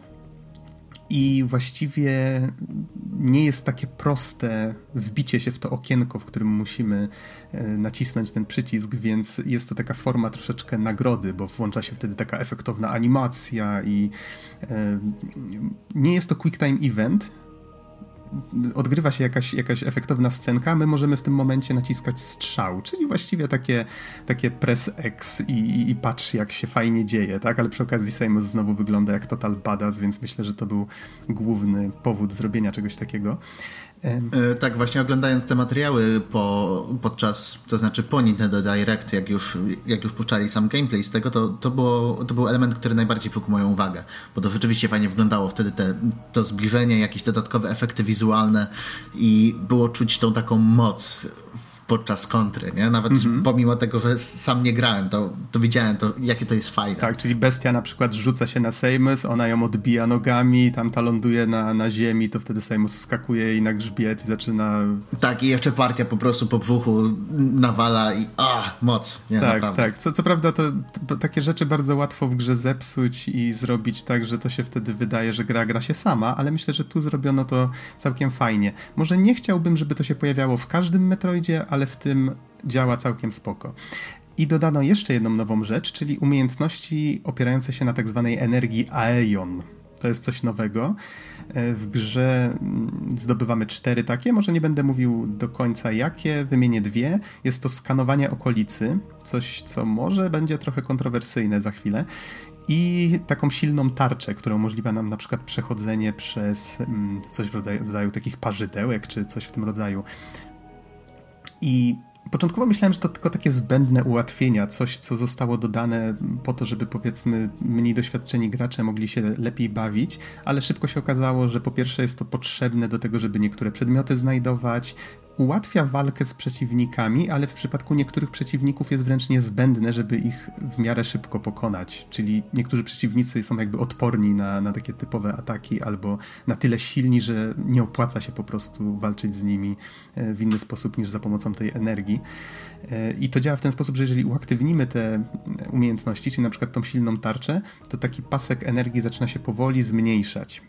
i właściwie nie jest takie proste wbicie się w to okienko, w którym musimy nacisnąć ten przycisk, więc jest to taka forma troszeczkę nagrody, bo włącza się wtedy taka efektowna animacja i nie jest to quick time event. Odgrywa się jakaś, jakaś efektowna scenka, my możemy w tym momencie naciskać strzał, czyli właściwie takie, takie press X i, i patrz jak się fajnie dzieje, tak? Ale przy okazji Samus znowu wygląda jak total badass, więc myślę, że to był główny powód zrobienia czegoś takiego. Yy, tak, właśnie oglądając te materiały po, podczas, to znaczy po Nintendo Direct, jak już, jak już puszczali sam gameplay z tego, to, to, było, to był element, który najbardziej przykuł moją uwagę, bo to rzeczywiście fajnie wyglądało wtedy te, to zbliżenie, jakieś dodatkowe efekty wizualne i było czuć tą taką moc podczas kontry, nie? Nawet mm-hmm. pomimo tego, że sam nie grałem, to, to widziałem to, jakie to jest fajne. Tak, czyli bestia na przykład rzuca się na Samus, ona ją odbija nogami, tam ta ląduje na, na ziemi, to wtedy Samus skakuje jej na grzbiet i zaczyna... Tak, i jeszcze partia po prostu po brzuchu nawala i a, moc. Nie, tak, naprawdę. tak. Co, co prawda to, to takie rzeczy bardzo łatwo w grze zepsuć i zrobić tak, że to się wtedy wydaje, że gra gra się sama, ale myślę, że tu zrobiono to całkiem fajnie. Może nie chciałbym, żeby to się pojawiało w każdym Metroidzie, ale w tym działa całkiem spoko. I dodano jeszcze jedną nową rzecz, czyli umiejętności opierające się na tak zwanej energii Aeon. To jest coś nowego. W grze zdobywamy cztery takie, może nie będę mówił do końca jakie, wymienię dwie. Jest to skanowanie okolicy, coś co może będzie trochę kontrowersyjne za chwilę. I taką silną tarczę, która umożliwia nam na przykład przechodzenie przez coś w rodzaju, rodzaju takich parzydełek, czy coś w tym rodzaju. I początkowo myślałem, że to tylko takie zbędne ułatwienia, coś, co zostało dodane po to, żeby powiedzmy mniej doświadczeni gracze mogli się lepiej bawić, ale szybko się okazało, że po pierwsze jest to potrzebne do tego, żeby niektóre przedmioty znajdować, ułatwia walkę z przeciwnikami, ale w przypadku niektórych przeciwników jest wręcz niezbędne, żeby ich w miarę szybko pokonać. Czyli niektórzy przeciwnicy są jakby odporni na, na takie typowe ataki albo na tyle silni, że nie opłaca się po prostu walczyć z nimi w inny sposób niż za pomocą tej energii. I to działa w ten sposób, że jeżeli uaktywnimy te umiejętności, czyli na przykład tą silną tarczę, to taki pasek energii zaczyna się powoli zmniejszać.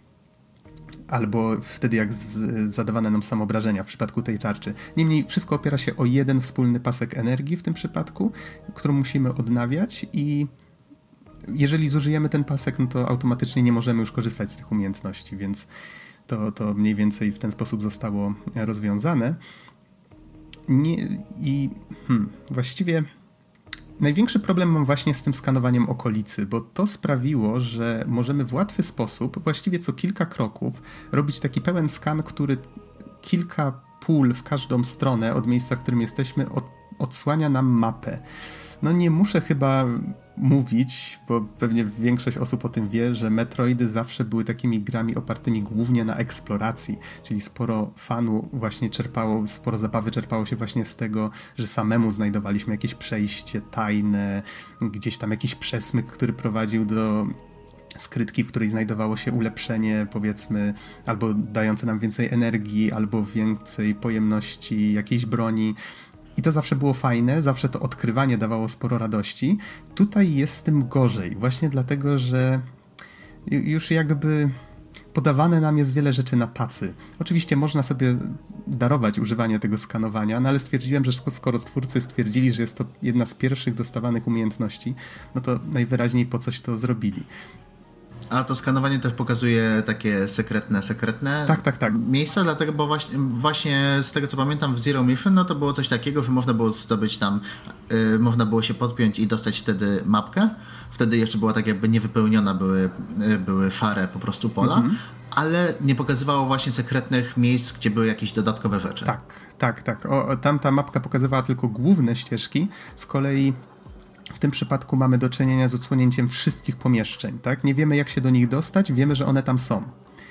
Albo wtedy jak z, zadawane nam są obrażenia w przypadku tej tarczy. Niemniej wszystko opiera się o jeden wspólny pasek energii w tym przypadku, którą musimy odnawiać i jeżeli zużyjemy ten pasek, no to automatycznie nie możemy już korzystać z tych umiejętności, więc to, to mniej więcej w ten sposób zostało rozwiązane. Nie, I hmm, właściwie największy problem mam właśnie z tym skanowaniem okolicy, bo to sprawiło, że możemy w łatwy sposób, właściwie co kilka kroków, robić taki pełen skan, który kilka pól w każdą stronę od miejsca, w którym jesteśmy, od, odsłania nam mapę. No nie muszę chyba mówić, bo pewnie większość osób o tym wie, że Metroidy zawsze były takimi grami opartymi głównie na eksploracji, czyli sporo fanu właśnie czerpało, sporo zabawy czerpało się właśnie z tego, że samemu znajdowaliśmy jakieś przejście tajne, gdzieś tam jakiś przesmyk, który prowadził do skrytki, w której znajdowało się ulepszenie, powiedzmy, albo dające nam więcej energii, albo więcej pojemności jakiejś broni. I to zawsze było fajne, zawsze to odkrywanie dawało sporo radości. Tutaj jest z tym gorzej, właśnie dlatego, że już jakby podawane nam jest wiele rzeczy na tacy. Oczywiście można sobie darować używanie tego skanowania, no ale stwierdziłem, że skoro twórcy stwierdzili, że jest to jedna z pierwszych dostawanych umiejętności, no to najwyraźniej po coś to zrobili. A to skanowanie też pokazuje takie sekretne, sekretne tak, tak, tak. miejsca, dlatego, bo właśnie, właśnie z tego co pamiętam w Zero Mission, no to było coś takiego, że można było zdobyć tam, yy, można było się podpiąć i dostać wtedy mapkę. Wtedy jeszcze była tak jakby niewypełniona, były, yy, były szare po prostu pola, mhm. ale nie pokazywało właśnie sekretnych miejsc, gdzie były jakieś dodatkowe rzeczy. Tak, tak, tak. O, tam ta mapka pokazywała tylko główne ścieżki, z kolei w tym przypadku mamy do czynienia z odsłonięciem wszystkich pomieszczeń, tak? Nie wiemy, jak się do nich dostać, wiemy, że one tam są.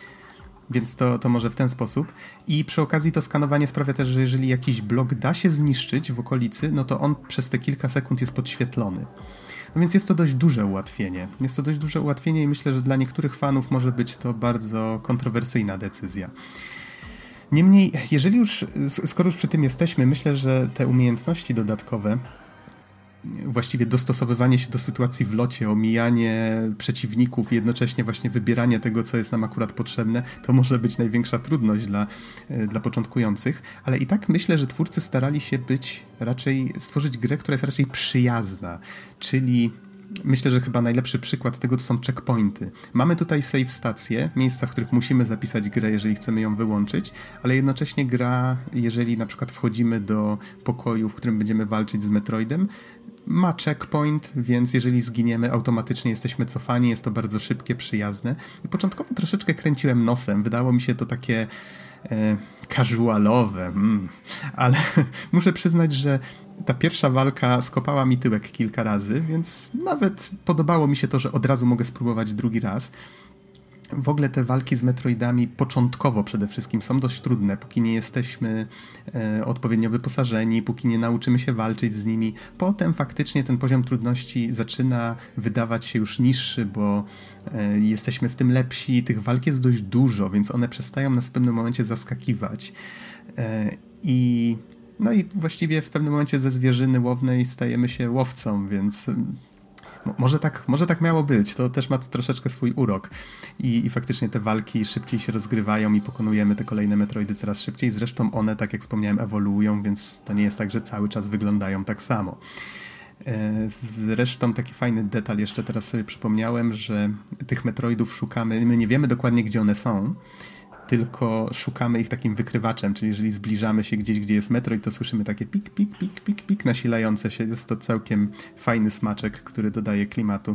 Więc to, to może w ten sposób. I przy okazji to skanowanie sprawia też, że jeżeli jakiś blok da się zniszczyć w okolicy, no to on przez te kilka sekund jest podświetlony. No więc jest to dość duże ułatwienie. Jest to dość duże ułatwienie i myślę, że dla niektórych fanów może być to bardzo kontrowersyjna decyzja. Niemniej, jeżeli już, skoro już przy tym jesteśmy, myślę, że te umiejętności dodatkowe, właściwie dostosowywanie się do sytuacji w locie, omijanie przeciwników i jednocześnie właśnie wybieranie tego, co jest nam akurat potrzebne, to może być największa trudność dla, dla początkujących, ale i tak myślę, że twórcy starali się być raczej, stworzyć grę, która jest raczej przyjazna, czyli myślę, że chyba najlepszy przykład tego to są checkpointy. Mamy tutaj save stacje, miejsca, w których musimy zapisać grę, jeżeli chcemy ją wyłączyć, ale jednocześnie gra, jeżeli na przykład wchodzimy do pokoju, w którym będziemy walczyć z Metroidem, ma checkpoint, więc jeżeli zginiemy, automatycznie jesteśmy cofani, jest to bardzo szybkie, przyjazne. I początkowo troszeczkę kręciłem nosem, wydało mi się to takie e, casualowe, mm. ale muszę przyznać, że ta pierwsza walka skopała mi tyłek kilka razy, więc nawet podobało mi się to, że od razu mogę spróbować drugi raz. W ogóle te walki z Metroidami początkowo przede wszystkim są dość trudne, póki nie jesteśmy e, odpowiednio wyposażeni, póki nie nauczymy się walczyć z nimi. Potem faktycznie ten poziom trudności zaczyna wydawać się już niższy, bo e, jesteśmy w tym lepsi. Tych walk jest dość dużo, więc one przestają nas w pewnym momencie zaskakiwać. E, I no i właściwie w pewnym momencie ze zwierzyny łownej stajemy się łowcą, więc może tak, może tak miało być. To też ma troszeczkę swój urok. I, I faktycznie te walki szybciej się rozgrywają i pokonujemy te kolejne Metroidy coraz szybciej. Zresztą one, tak jak wspomniałem, ewoluują, więc to nie jest tak, że cały czas wyglądają tak samo. Zresztą taki fajny detal jeszcze teraz sobie przypomniałem, że tych Metroidów szukamy, my nie wiemy dokładnie, gdzie one są, tylko szukamy ich takim wykrywaczem, czyli jeżeli zbliżamy się gdzieś, gdzie jest Metroid, to słyszymy takie pik, pik, pik, pik, pik nasilające się. Jest to całkiem fajny smaczek, który dodaje klimatu.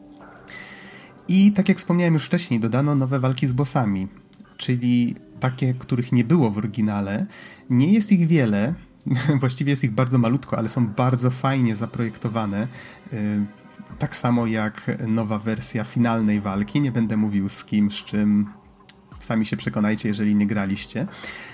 I tak jak wspomniałem już wcześniej, dodano nowe walki z bossami, czyli takie, których nie było w oryginale. Nie jest ich wiele, właściwie jest ich bardzo malutko, ale są bardzo fajnie zaprojektowane. Tak samo jak nowa wersja finalnej walki. Nie będę mówił z kim, z czym... Sami się przekonajcie, jeżeli nie graliście.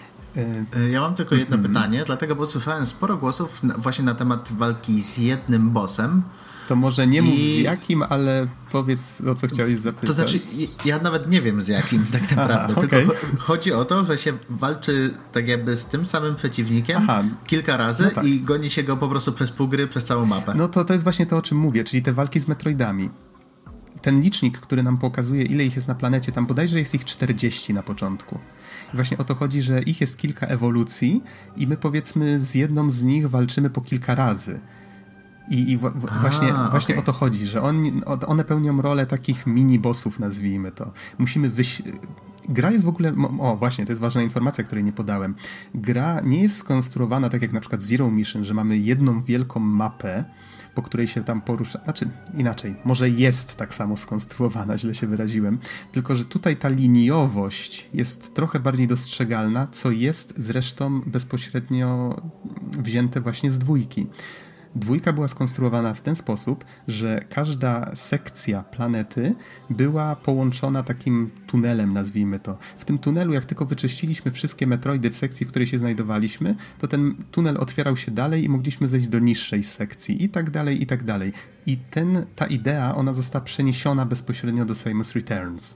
Ja mam tylko jedno mm-hmm. pytanie, dlatego bo słyszałem sporo głosów właśnie na temat walki z jednym bossem. To może nie I... mów z jakim, ale powiedz, o co chciałeś zapytać. To znaczy, ja nawet nie wiem z jakim tak naprawdę, Aha, tylko okay. chodzi o to, że się walczy tak jakby z tym samym przeciwnikiem Aha. kilka razy no tak. i goni się go po prostu przez pół gry, przez całą mapę. No to, to jest właśnie to, o czym mówię, czyli te walki z Metroidami. Ten licznik, który nam pokazuje, ile ich jest na planecie, tam bodajże jest ich czterdzieści na początku. I właśnie o to chodzi, że ich jest kilka ewolucji i my powiedzmy z jedną z nich walczymy po kilka razy. I, i w, w, A, właśnie, okay. właśnie o to chodzi, że on, one pełnią rolę takich mini-bossów, nazwijmy to. Musimy wyś... Gra jest w ogóle... O, właśnie, to jest ważna informacja, której nie podałem. Gra nie jest skonstruowana tak jak na przykład Zero Mission, że mamy jedną wielką mapę, po której się tam porusza... Znaczy, inaczej, może jest tak samo skonstruowana, źle się wyraziłem, tylko że tutaj ta liniowość jest trochę bardziej dostrzegalna, co jest zresztą bezpośrednio wzięte właśnie z dwójki. Dwójka była skonstruowana w ten sposób, że każda sekcja planety była połączona takim tunelem, nazwijmy to. W tym tunelu, jak tylko wyczyściliśmy wszystkie Metroidy w sekcji, w której się znajdowaliśmy, to ten tunel otwierał się dalej i mogliśmy zejść do niższej sekcji i tak dalej, i tak dalej. I ten, ta idea, ona została przeniesiona bezpośrednio do Samus Returns.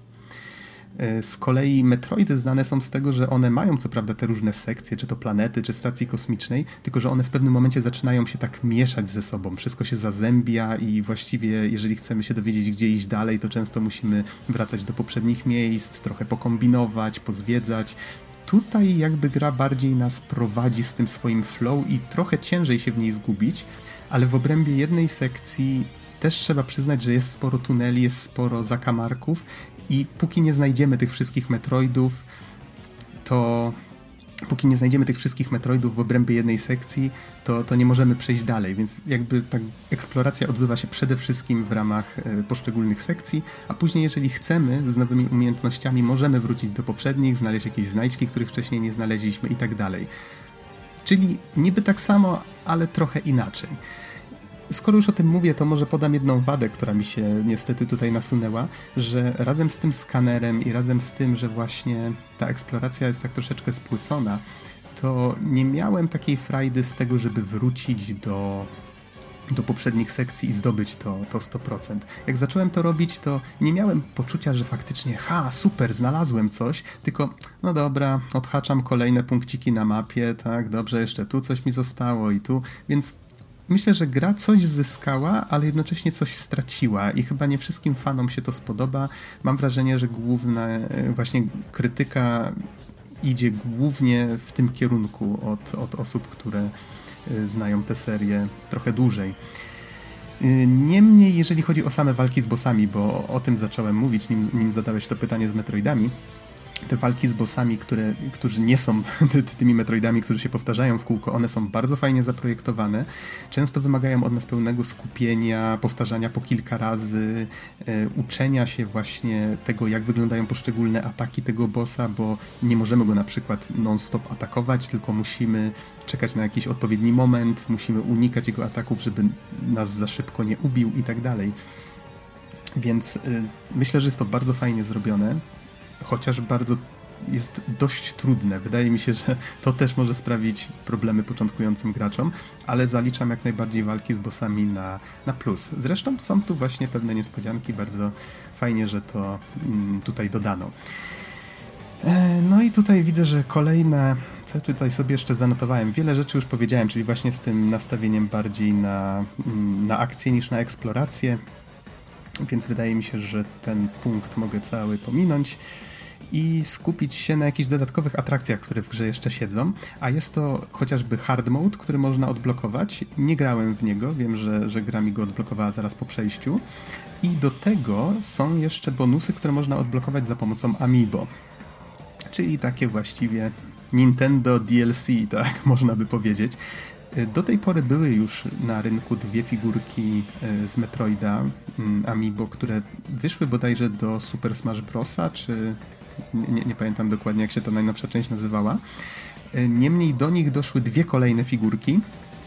Z kolei Metroidy znane są z tego, że one mają co prawda te różne sekcje, czy to planety, czy stacji kosmicznej, tylko że one w pewnym momencie zaczynają się tak mieszać ze sobą. Wszystko się zazębia i właściwie jeżeli chcemy się dowiedzieć, gdzie iść dalej, to często musimy wracać do poprzednich miejsc, trochę pokombinować, pozwiedzać. Tutaj jakby gra bardziej nas prowadzi z tym swoim flow i trochę ciężej się w niej zgubić, ale w obrębie jednej sekcji też trzeba przyznać, że jest sporo tuneli, jest sporo zakamarków i póki nie znajdziemy tych wszystkich Metroidów, to póki nie znajdziemy tych wszystkich Metroidów w obrębie jednej sekcji, to, to nie możemy przejść dalej, więc jakby ta eksploracja odbywa się przede wszystkim w ramach poszczególnych sekcji, a później jeżeli chcemy, z nowymi umiejętnościami możemy wrócić do poprzednich, znaleźć jakieś znajdźki, których wcześniej nie znaleźliśmy i tak dalej. Czyli niby tak samo, ale trochę inaczej. Skoro już o tym mówię, to może podam jedną wadę, która mi się niestety tutaj nasunęła, że razem z tym skanerem i razem z tym, że właśnie ta eksploracja jest tak troszeczkę spłycona, to nie miałem takiej frajdy z tego, żeby wrócić do, do poprzednich sekcji i zdobyć to, to sto procent. Jak zacząłem to robić, to nie miałem poczucia, że faktycznie ha, super, znalazłem coś, tylko no dobra, odhaczam kolejne punkciki na mapie, tak, dobrze, jeszcze tu coś mi zostało i tu, więc myślę, że gra coś zyskała, ale jednocześnie coś straciła i chyba nie wszystkim fanom się to spodoba. Mam wrażenie, że główna właśnie krytyka idzie głównie w tym kierunku od, od osób, które znają tę serię trochę dłużej. Niemniej, jeżeli chodzi o same walki z bossami, bo o tym zacząłem mówić, nim, nim zadałeś to pytanie z Metroidami, te walki z bossami, które, którzy nie są tymi Metroidami, którzy się powtarzają w kółko, one są bardzo fajnie zaprojektowane. Często wymagają od nas pełnego skupienia, powtarzania po kilka razy, e, uczenia się właśnie tego, jak wyglądają poszczególne ataki tego bossa, bo nie możemy go na przykład non-stop atakować, tylko musimy czekać na jakiś odpowiedni moment, musimy unikać jego ataków, żeby nas za szybko nie ubił i tak dalej. Więc e, myślę, że jest to bardzo fajnie zrobione. Chociaż bardzo jest dość trudne. Wydaje mi się, że to też może sprawić problemy początkującym graczom, ale zaliczam jak najbardziej walki z bossami na, na plus. Zresztą są tu właśnie pewne niespodzianki, bardzo fajnie, że to mm, tutaj dodano. E, no i tutaj widzę, że kolejne, co tutaj sobie jeszcze zanotowałem, wiele rzeczy już powiedziałem, czyli właśnie z tym nastawieniem bardziej na, na akcję niż na eksplorację. Więc wydaje mi się, że ten punkt mogę cały pominąć i skupić się na jakichś dodatkowych atrakcjach, które w grze jeszcze siedzą, a jest to chociażby hard mode, który można odblokować. Nie grałem w niego, wiem, że, że gra mi go odblokowała zaraz po przejściu i do tego są jeszcze bonusy, które można odblokować za pomocą Amiibo, czyli takie właściwie Nintendo D L C, tak można by powiedzieć. Do tej pory były już na rynku dwie figurki z Metroida Amiibo, które wyszły bodajże do Super Smash Brosa, czy nie, nie pamiętam dokładnie, jak się ta najnowsza część nazywała. Niemniej do nich doszły dwie kolejne figurki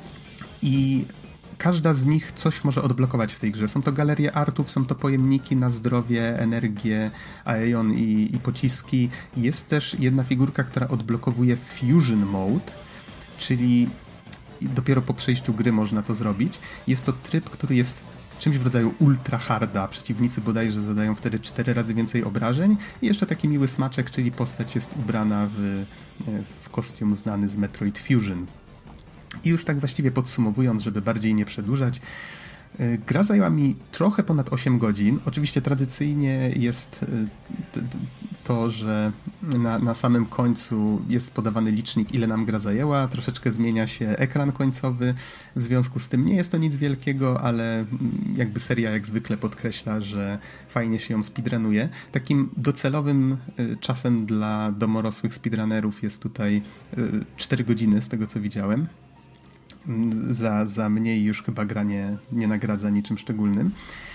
i każda z nich coś może odblokować w tej grze. Są to galerie artów, są to pojemniki na zdrowie, energię, aeon i, i pociski. Jest też jedna figurka, która odblokowuje Fusion Mode, czyli dopiero po przejściu gry można to zrobić. Jest to tryb, który jest czymś w rodzaju ultra harda. Przeciwnicy bodajże zadają wtedy cztery razy więcej obrażeń. I jeszcze taki miły smaczek, czyli postać jest ubrana w, w kostium znany z Metroid Fusion. I już tak właściwie podsumowując, żeby bardziej nie przedłużać, gra zajęła mi trochę ponad osiem godzin. Oczywiście tradycyjnie jest to, że na, na samym końcu jest podawany licznik, ile nam gra zajęła. Troszeczkę zmienia się ekran końcowy. W związku z tym nie jest to nic wielkiego, ale jakby seria jak zwykle podkreśla, że fajnie się ją speedrunuje. Takim docelowym czasem dla domorosłych speedrunnerów jest tutaj cztery godziny, z tego co widziałem. Za, za mniej już chyba gra nie, nie nagradza niczym szczególnym.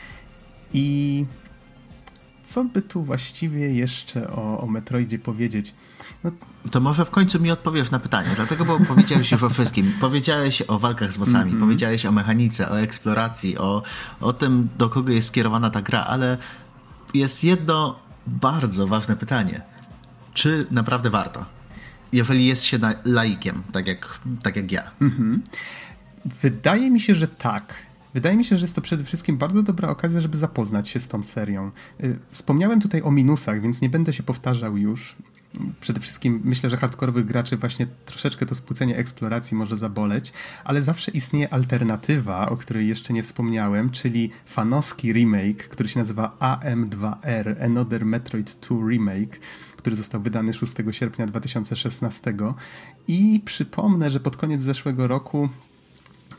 I co by tu właściwie jeszcze o, o Metroidzie powiedzieć? No... To może w końcu mi odpowiesz na pytanie, dlatego, bo powiedziałeś już o wszystkim. Powiedziałeś o walkach z bossami, mm-hmm. powiedziałeś o mechanice, o eksploracji, o, o tym, do kogo jest skierowana ta gra, ale jest jedno bardzo ważne pytanie. Czy naprawdę warto? Jeżeli jest się na laikiem, tak jak, tak jak ja. Mm-hmm. Wydaje mi się, że tak. Wydaje mi się, że jest to przede wszystkim bardzo dobra okazja, żeby zapoznać się z tą serią. Wspomniałem tutaj o minusach, więc nie będę się powtarzał już. Przede wszystkim myślę, że hardkorowych graczy właśnie troszeczkę to spłycenie eksploracji może zaboleć, ale zawsze istnieje alternatywa, o której jeszcze nie wspomniałem, czyli fanowski remake, który się nazywa A M dwa R, Another Metroid dwa Remake, który został wydany szóstego sierpnia dwa tysiące szesnastego i przypomnę, że pod koniec zeszłego roku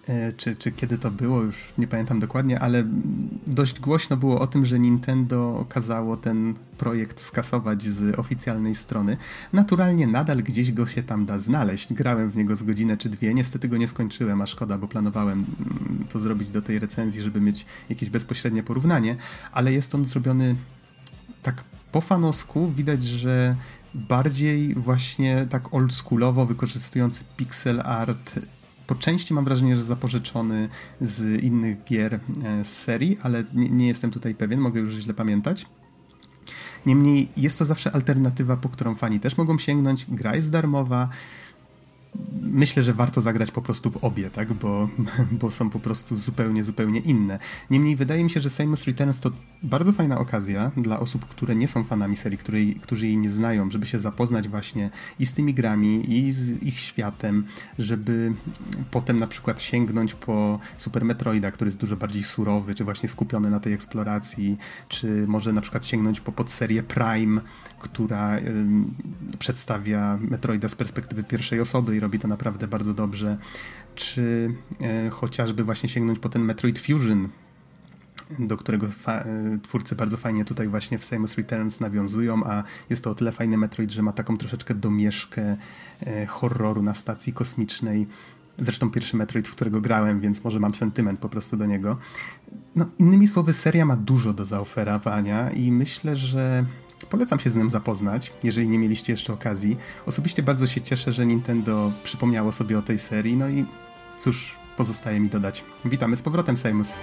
czy, czy kiedy to było, już nie pamiętam dokładnie, ale dość głośno było o tym, że Nintendo kazało ten projekt skasować z oficjalnej strony. Naturalnie nadal gdzieś go się tam da znaleźć. Grałem w niego z godzinę czy dwie. Niestety go nie skończyłem, a szkoda, bo planowałem to zrobić do tej recenzji, żeby mieć jakieś bezpośrednie porównanie, ale jest on zrobiony tak po fanosku. Widać, że bardziej właśnie tak oldschoolowo, wykorzystujący pixel art. Po części mam wrażenie, że zapożyczony z innych gier z serii, ale nie, nie jestem tutaj pewien, mogę już źle pamiętać. Niemniej jest to zawsze alternatywa, po którą fani też mogą sięgnąć. Gra jest darmowa. Myślę, że warto zagrać po prostu w obie, tak? Bo, bo są po prostu zupełnie, zupełnie inne. Niemniej wydaje mi się, że Samus Returns to bardzo fajna okazja dla osób, które nie są fanami serii, której, którzy jej nie znają, żeby się zapoznać właśnie i z tymi grami, i z ich światem, żeby potem na przykład sięgnąć po Super Metroida, który jest dużo bardziej surowy, czy właśnie skupiony na tej eksploracji, czy może na przykład sięgnąć po podserię Prime, która ym, przedstawia Metroida z perspektywy pierwszej osoby i robi to naprawdę bardzo dobrze, czy e, chociażby właśnie sięgnąć po ten Metroid Fusion, do którego fa- e, twórcy bardzo fajnie tutaj właśnie w Samus Returns nawiązują, a jest to o tyle fajny Metroid, że ma taką troszeczkę domieszkę e, horroru na stacji kosmicznej. Zresztą pierwszy Metroid, w którego grałem, więc może mam sentyment po prostu do niego. No, innymi słowy, seria ma dużo do zaoferowania i myślę, że polecam się z nim zapoznać, jeżeli nie mieliście jeszcze okazji. Osobiście bardzo się cieszę, że Nintendo przypomniało sobie o tej serii, no i cóż pozostaje mi dodać. Witamy z powrotem, Samus.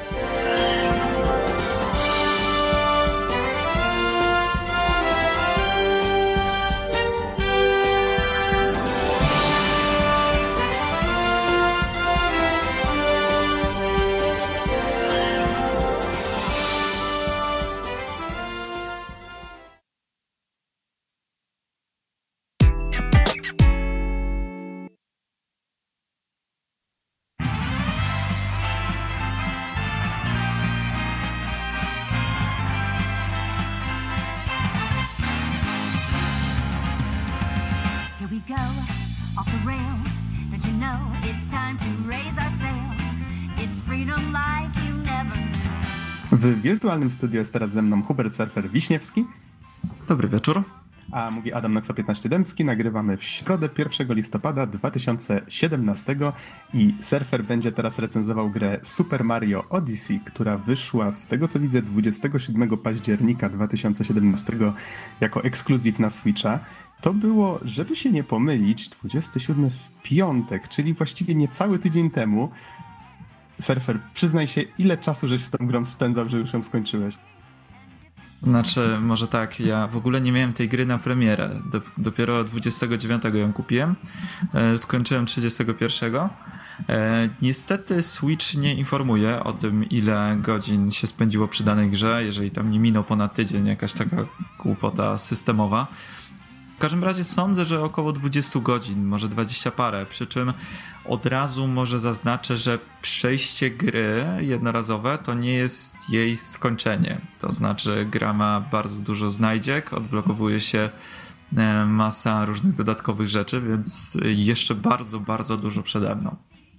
W wirtualnym studiu jest teraz ze mną Hubert Surfer Wiśniewski. Dobry wieczór. A mówi Adam Noxa piętnaście Dębski. Nagrywamy w środę pierwszego listopada dwa tysiące siedemnastego i Surfer będzie teraz recenzował grę Super Mario Odyssey, która wyszła z tego co widzę dwudziestego siódmego października dwa tysiące siedemnastego jako ekskluzyw na Switcha. To było, żeby się nie pomylić, dwudziestego siódmego w piątek, czyli właściwie niecały tydzień temu. Surfer, przyznaj się, ile czasu żeś z tą grą spędzał, że już ją skończyłeś? Znaczy, może tak, ja w ogóle nie miałem tej gry na premierę. Dopiero dwudziestego dziewiątego ją kupiłem. Skończyłem trzydziestego pierwszego. Niestety Switch nie informuje o tym, ile godzin się spędziło przy danej grze, jeżeli tam nie minął ponad tydzień, jakaś taka głupota systemowa. W każdym razie sądzę, że około dwadzieścia godzin, może dwadzieścia parę, przy czym od razu może zaznaczę, że przejście gry jednorazowe to nie jest jej skończenie. To znaczy gra ma bardzo dużo znajdziek, odblokowuje się masa różnych dodatkowych rzeczy, więc jeszcze bardzo, bardzo dużo przede mną.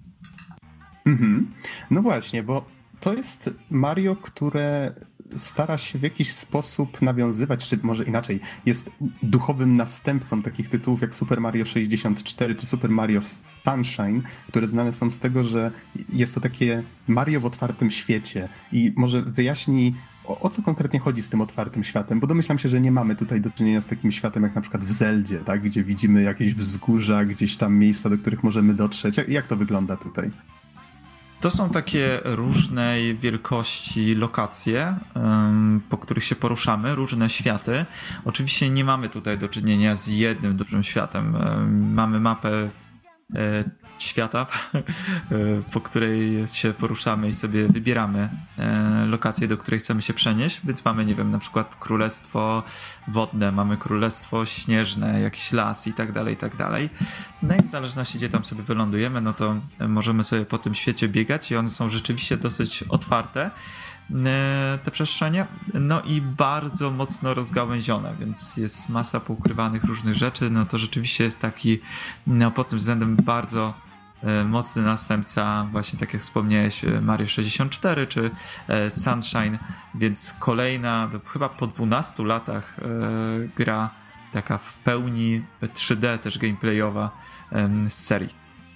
Mhm. No właśnie, bo to jest Mario, które stara się w jakiś sposób nawiązywać, czy może inaczej, jest duchowym następcą takich tytułów jak Super Mario sześćdziesiąt cztery czy Super Mario Sunshine, które znane są z tego, że jest to takie Mario w otwartym świecie. I może wyjaśnij, o, o co konkretnie chodzi z tym otwartym światem, bo domyślam się, że nie mamy tutaj do czynienia z takim światem jak na przykład w Zeldzie, tak? Gdzie widzimy jakieś wzgórza, gdzieś tam miejsca, do których możemy dotrzeć. Jak to wygląda tutaj? To są takie różnej wielkości lokacje, po których się poruszamy, różne światy. Oczywiście nie mamy tutaj do czynienia z jednym dużym światem. Mamy mapę świata, po której się poruszamy i sobie wybieramy lokację, do której chcemy się przenieść, więc mamy, nie wiem, na przykład królestwo wodne, mamy królestwo śnieżne, jakiś las i tak dalej, i tak dalej. No i w zależności, gdzie tam sobie wylądujemy, no to możemy sobie po tym świecie biegać i one są rzeczywiście dosyć otwarte, te przestrzenie, no i bardzo mocno rozgałęzione, więc jest masa poukrywanych różnych rzeczy, no to rzeczywiście jest taki, no pod tym względem bardzo mocny następca, właśnie tak jak wspomniałeś, Mario sześćdziesiąt cztery czy Sunshine, więc kolejna, chyba po dwunastu latach gra taka w pełni trzy D też gameplayowa z serii.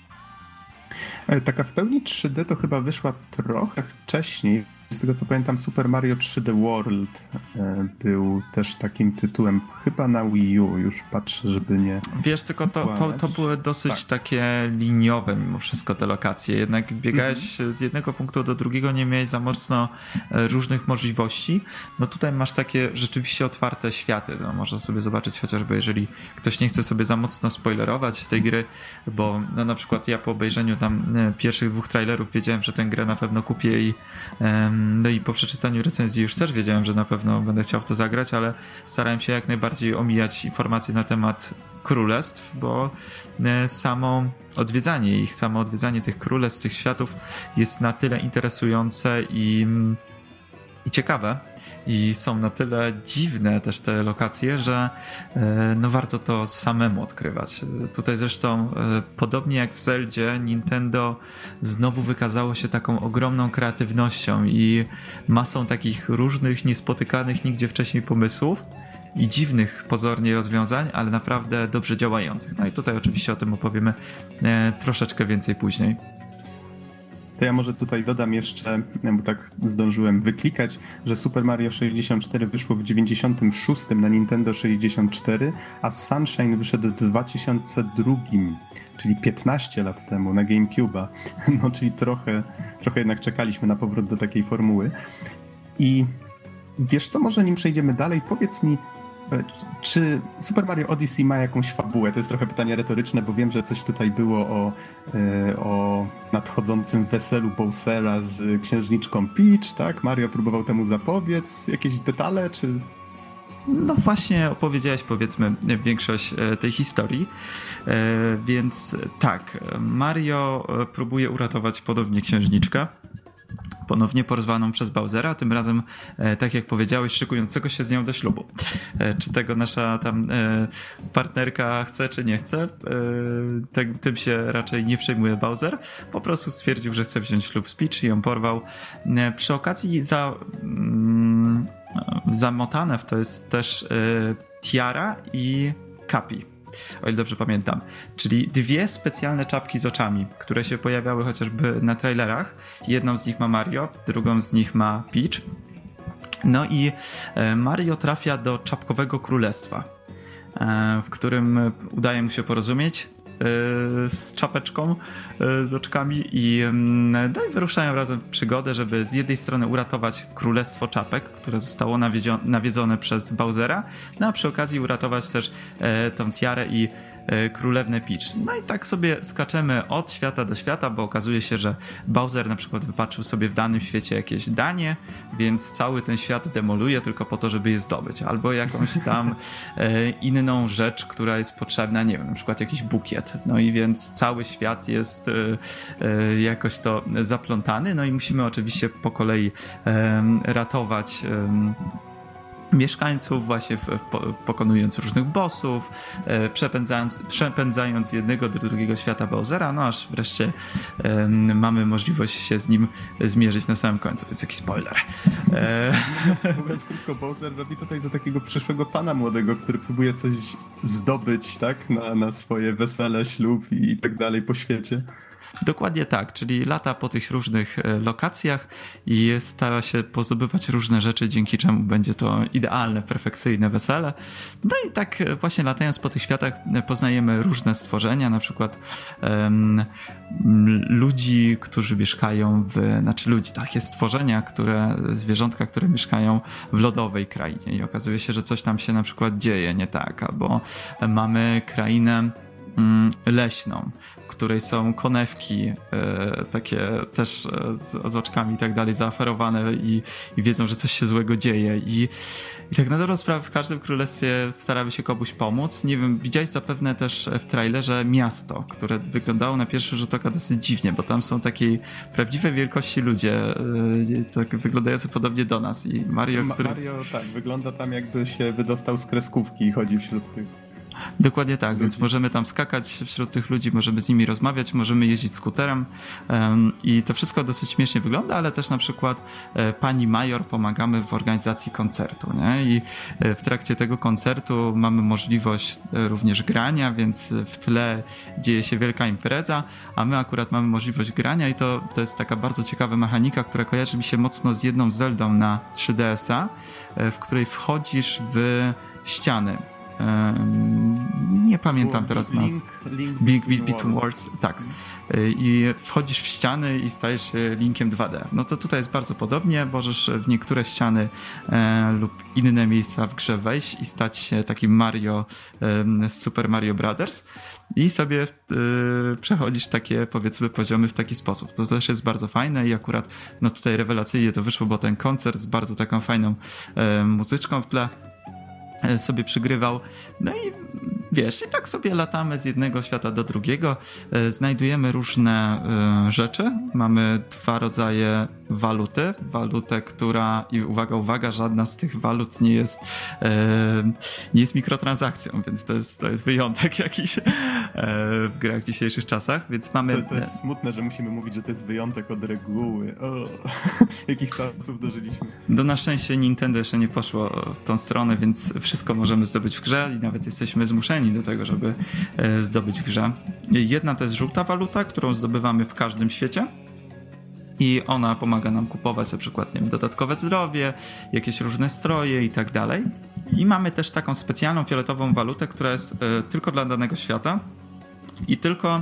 Taka w pełni trzy D to chyba wyszła trochę wcześniej. Z tego co pamiętam, Super Mario trzy D World był też takim tytułem, chyba na Wii U, już patrzę, żeby nie... Wiesz, tylko to, to, to były dosyć tak. takie liniowe mimo wszystko te lokacje, jednak biegałeś mm-hmm. z jednego punktu do drugiego, nie miałeś za mocno różnych możliwości. No tutaj masz takie rzeczywiście otwarte światy, no, można sobie zobaczyć chociażby, jeżeli ktoś nie chce sobie za mocno spoilerować tej gry, bo no, na przykład ja po obejrzeniu tam pierwszych dwóch trailerów wiedziałem, że tę grę na pewno kupię i no i po przeczytaniu recenzji już też wiedziałem, że na pewno będę chciał w to zagrać, ale starałem się jak najbardziej omijać informacje na temat królestw, bo samo odwiedzanie ich, samo odwiedzanie tych królestw, tych światów jest na tyle interesujące i, i ciekawe. I są na tyle dziwne też te lokacje, że no warto to samemu odkrywać. Tutaj zresztą podobnie jak w Zeldzie, Nintendo znowu wykazało się taką ogromną kreatywnością i masą takich różnych, niespotykanych nigdzie wcześniej pomysłów i dziwnych pozornie rozwiązań, ale naprawdę dobrze działających. No i tutaj oczywiście o tym opowiemy troszeczkę więcej później. To ja może tutaj dodam jeszcze, bo tak zdążyłem wyklikać, że Super Mario sześćdziesiąt cztery wyszło w dziewięćdziesiątym szóstym na Nintendo sześćdziesiąt cztery, a Sunshine wyszedł w dwa tysiące drugim, czyli piętnaście lat temu na GameCube'a. No, czyli trochę, trochę jednak czekaliśmy na powrót do takiej formuły. I wiesz co, może nim przejdziemy dalej, powiedz mi, czy Super Mario Odyssey ma jakąś fabułę? To jest trochę pytanie retoryczne, bo wiem, że coś tutaj było o, o nadchodzącym weselu Bowsera z księżniczką Peach, tak? Mario próbował temu zapobiec. Jakieś detale, czy... No właśnie opowiedziałeś, powiedzmy, większość tej historii, więc tak, Mario próbuje uratować ponownie księżniczkę, ponownie porwaną przez Bowsera, tym razem, tak jak powiedziałeś, szykującego się z nią do ślubu. Czy tego nasza tam partnerka chce, czy nie chce, tym się raczej nie przejmuje Bowser. Po prostu stwierdził, że chce wziąć ślub z Peach i ją porwał. Przy okazji za, zamotane w to jest też Tiara i Cappy, o ile dobrze pamiętam. Czyli dwie specjalne czapki z oczami, które się pojawiały chociażby na trailerach. Jedną z nich ma Mario, drugą z nich ma Peach. No i Mario trafia do czapkowego królestwa, w którym udaje mu się porozumieć z czapeczką, z oczkami i, no i wyruszają razem w przygodę, żeby z jednej strony uratować królestwo czapek, które zostało nawiedzone przez Bowsera, no a przy okazji uratować też tą Tiarę i Królewnę Peach. No i tak sobie skaczemy od świata do świata, bo okazuje się, że Bowser na przykład wypatrzył sobie w danym świecie jakieś danie, więc cały ten świat demoluje tylko po to, żeby je zdobyć. Albo jakąś tam e, inną rzecz, która jest potrzebna, nie wiem, na przykład jakiś bukiet. No i więc cały świat jest e, e, jakoś to zaplątany. No i musimy oczywiście po kolei e, ratować e, mieszkańców, właśnie w, po, pokonując różnych bossów, e, przepędzając, przepędzając jednego do drugiego świata Bowsera, no aż wreszcie e, mamy możliwość się z nim zmierzyć na samym końcu, więc jakiś spoiler. E... Mówiąc krótko, Bowser robi tutaj za takiego przyszłego pana młodego, który próbuje coś zdobyć, tak, na, na swoje wesele, ślub i tak dalej po świecie. Dokładnie tak, czyli lata po tych różnych lokacjach i stara się pozdobywać różne rzeczy, dzięki czemu będzie to idealne, perfekcyjne wesele. No i tak właśnie latając po tych światach poznajemy różne stworzenia, na przykład um, ludzi, którzy mieszkają w, znaczy ludzi, takie stworzenia, które, zwierzątka, które mieszkają w lodowej krainie i okazuje się, że coś tam się na przykład dzieje nie tak, albo mamy krainę leśną, w której są konewki e, takie też e, z, z oczkami i tak dalej zaoferowane i, i wiedzą, że coś się złego dzieje i, i tak na dobrą sprawę w każdym królestwie staramy się komuś pomóc. Nie wiem, widziałeś zapewne też w trailerze miasto, które wyglądało na pierwszy rzut oka dosyć dziwnie, bo tam są takiej prawdziwej wielkości ludzie, e, tak wyglądający podobnie do nas i Mario, Ma- który... Mario, tak, wygląda tam jakby się wydostał z kreskówki i chodzi wśród tych. Dokładnie tak, ludzi. Więc możemy tam skakać wśród tych ludzi, możemy z nimi rozmawiać, możemy jeździć skuterem um, i to wszystko dosyć śmiesznie wygląda, ale też na przykład e, pani major pomagamy w organizacji koncertu, nie? I e, w trakcie tego koncertu mamy możliwość e, również grania, więc w tle dzieje się wielka impreza, a my akurat mamy możliwość grania i to, to jest taka bardzo ciekawa mechanika, która kojarzy mi się mocno z jedną Zeldą na trzy D S a, e, w której wchodzisz w ściany. Nie pamiętam teraz nazwy. Link, link Between, between Worlds. Tak. I wchodzisz w ściany i stajesz się Linkiem dwa D. No to tutaj jest bardzo podobnie. Możesz w niektóre ściany e, lub inne miejsca w grze wejść i stać się takim Mario e, z Super Mario Brothers i sobie e, przechodzisz takie, powiedzmy, poziomy w taki sposób. To też jest bardzo fajne i akurat no tutaj rewelacyjnie to wyszło, bo ten koncert z bardzo taką fajną e, muzyczką w tle sobie przygrywał. No i wiesz, i tak sobie latamy z jednego świata do drugiego, znajdujemy różne rzeczy, mamy dwa rodzaje waluty, walutę, która i uwaga, uwaga, żadna z tych walut nie jest nie jest mikrotransakcją, więc to jest, to jest wyjątek jakiś w grach w dzisiejszych czasach, więc mamy... To, to jest smutne, że musimy mówić, że to jest wyjątek od reguły. O, jakich czasów dożyliśmy. Do na szczęście Nintendo jeszcze nie poszło w tą stronę, więc wszystko możemy zdobyć w grze i nawet jesteśmy zmuszeni do tego, żeby zdobyć w grze. Jedna to jest żółta waluta, którą zdobywamy w każdym świecie i ona pomaga nam kupować na przykład, nie wiem, dodatkowe zdrowie, jakieś różne stroje i tak dalej. I mamy też taką specjalną fioletową walutę, która jest tylko dla danego świata i tylko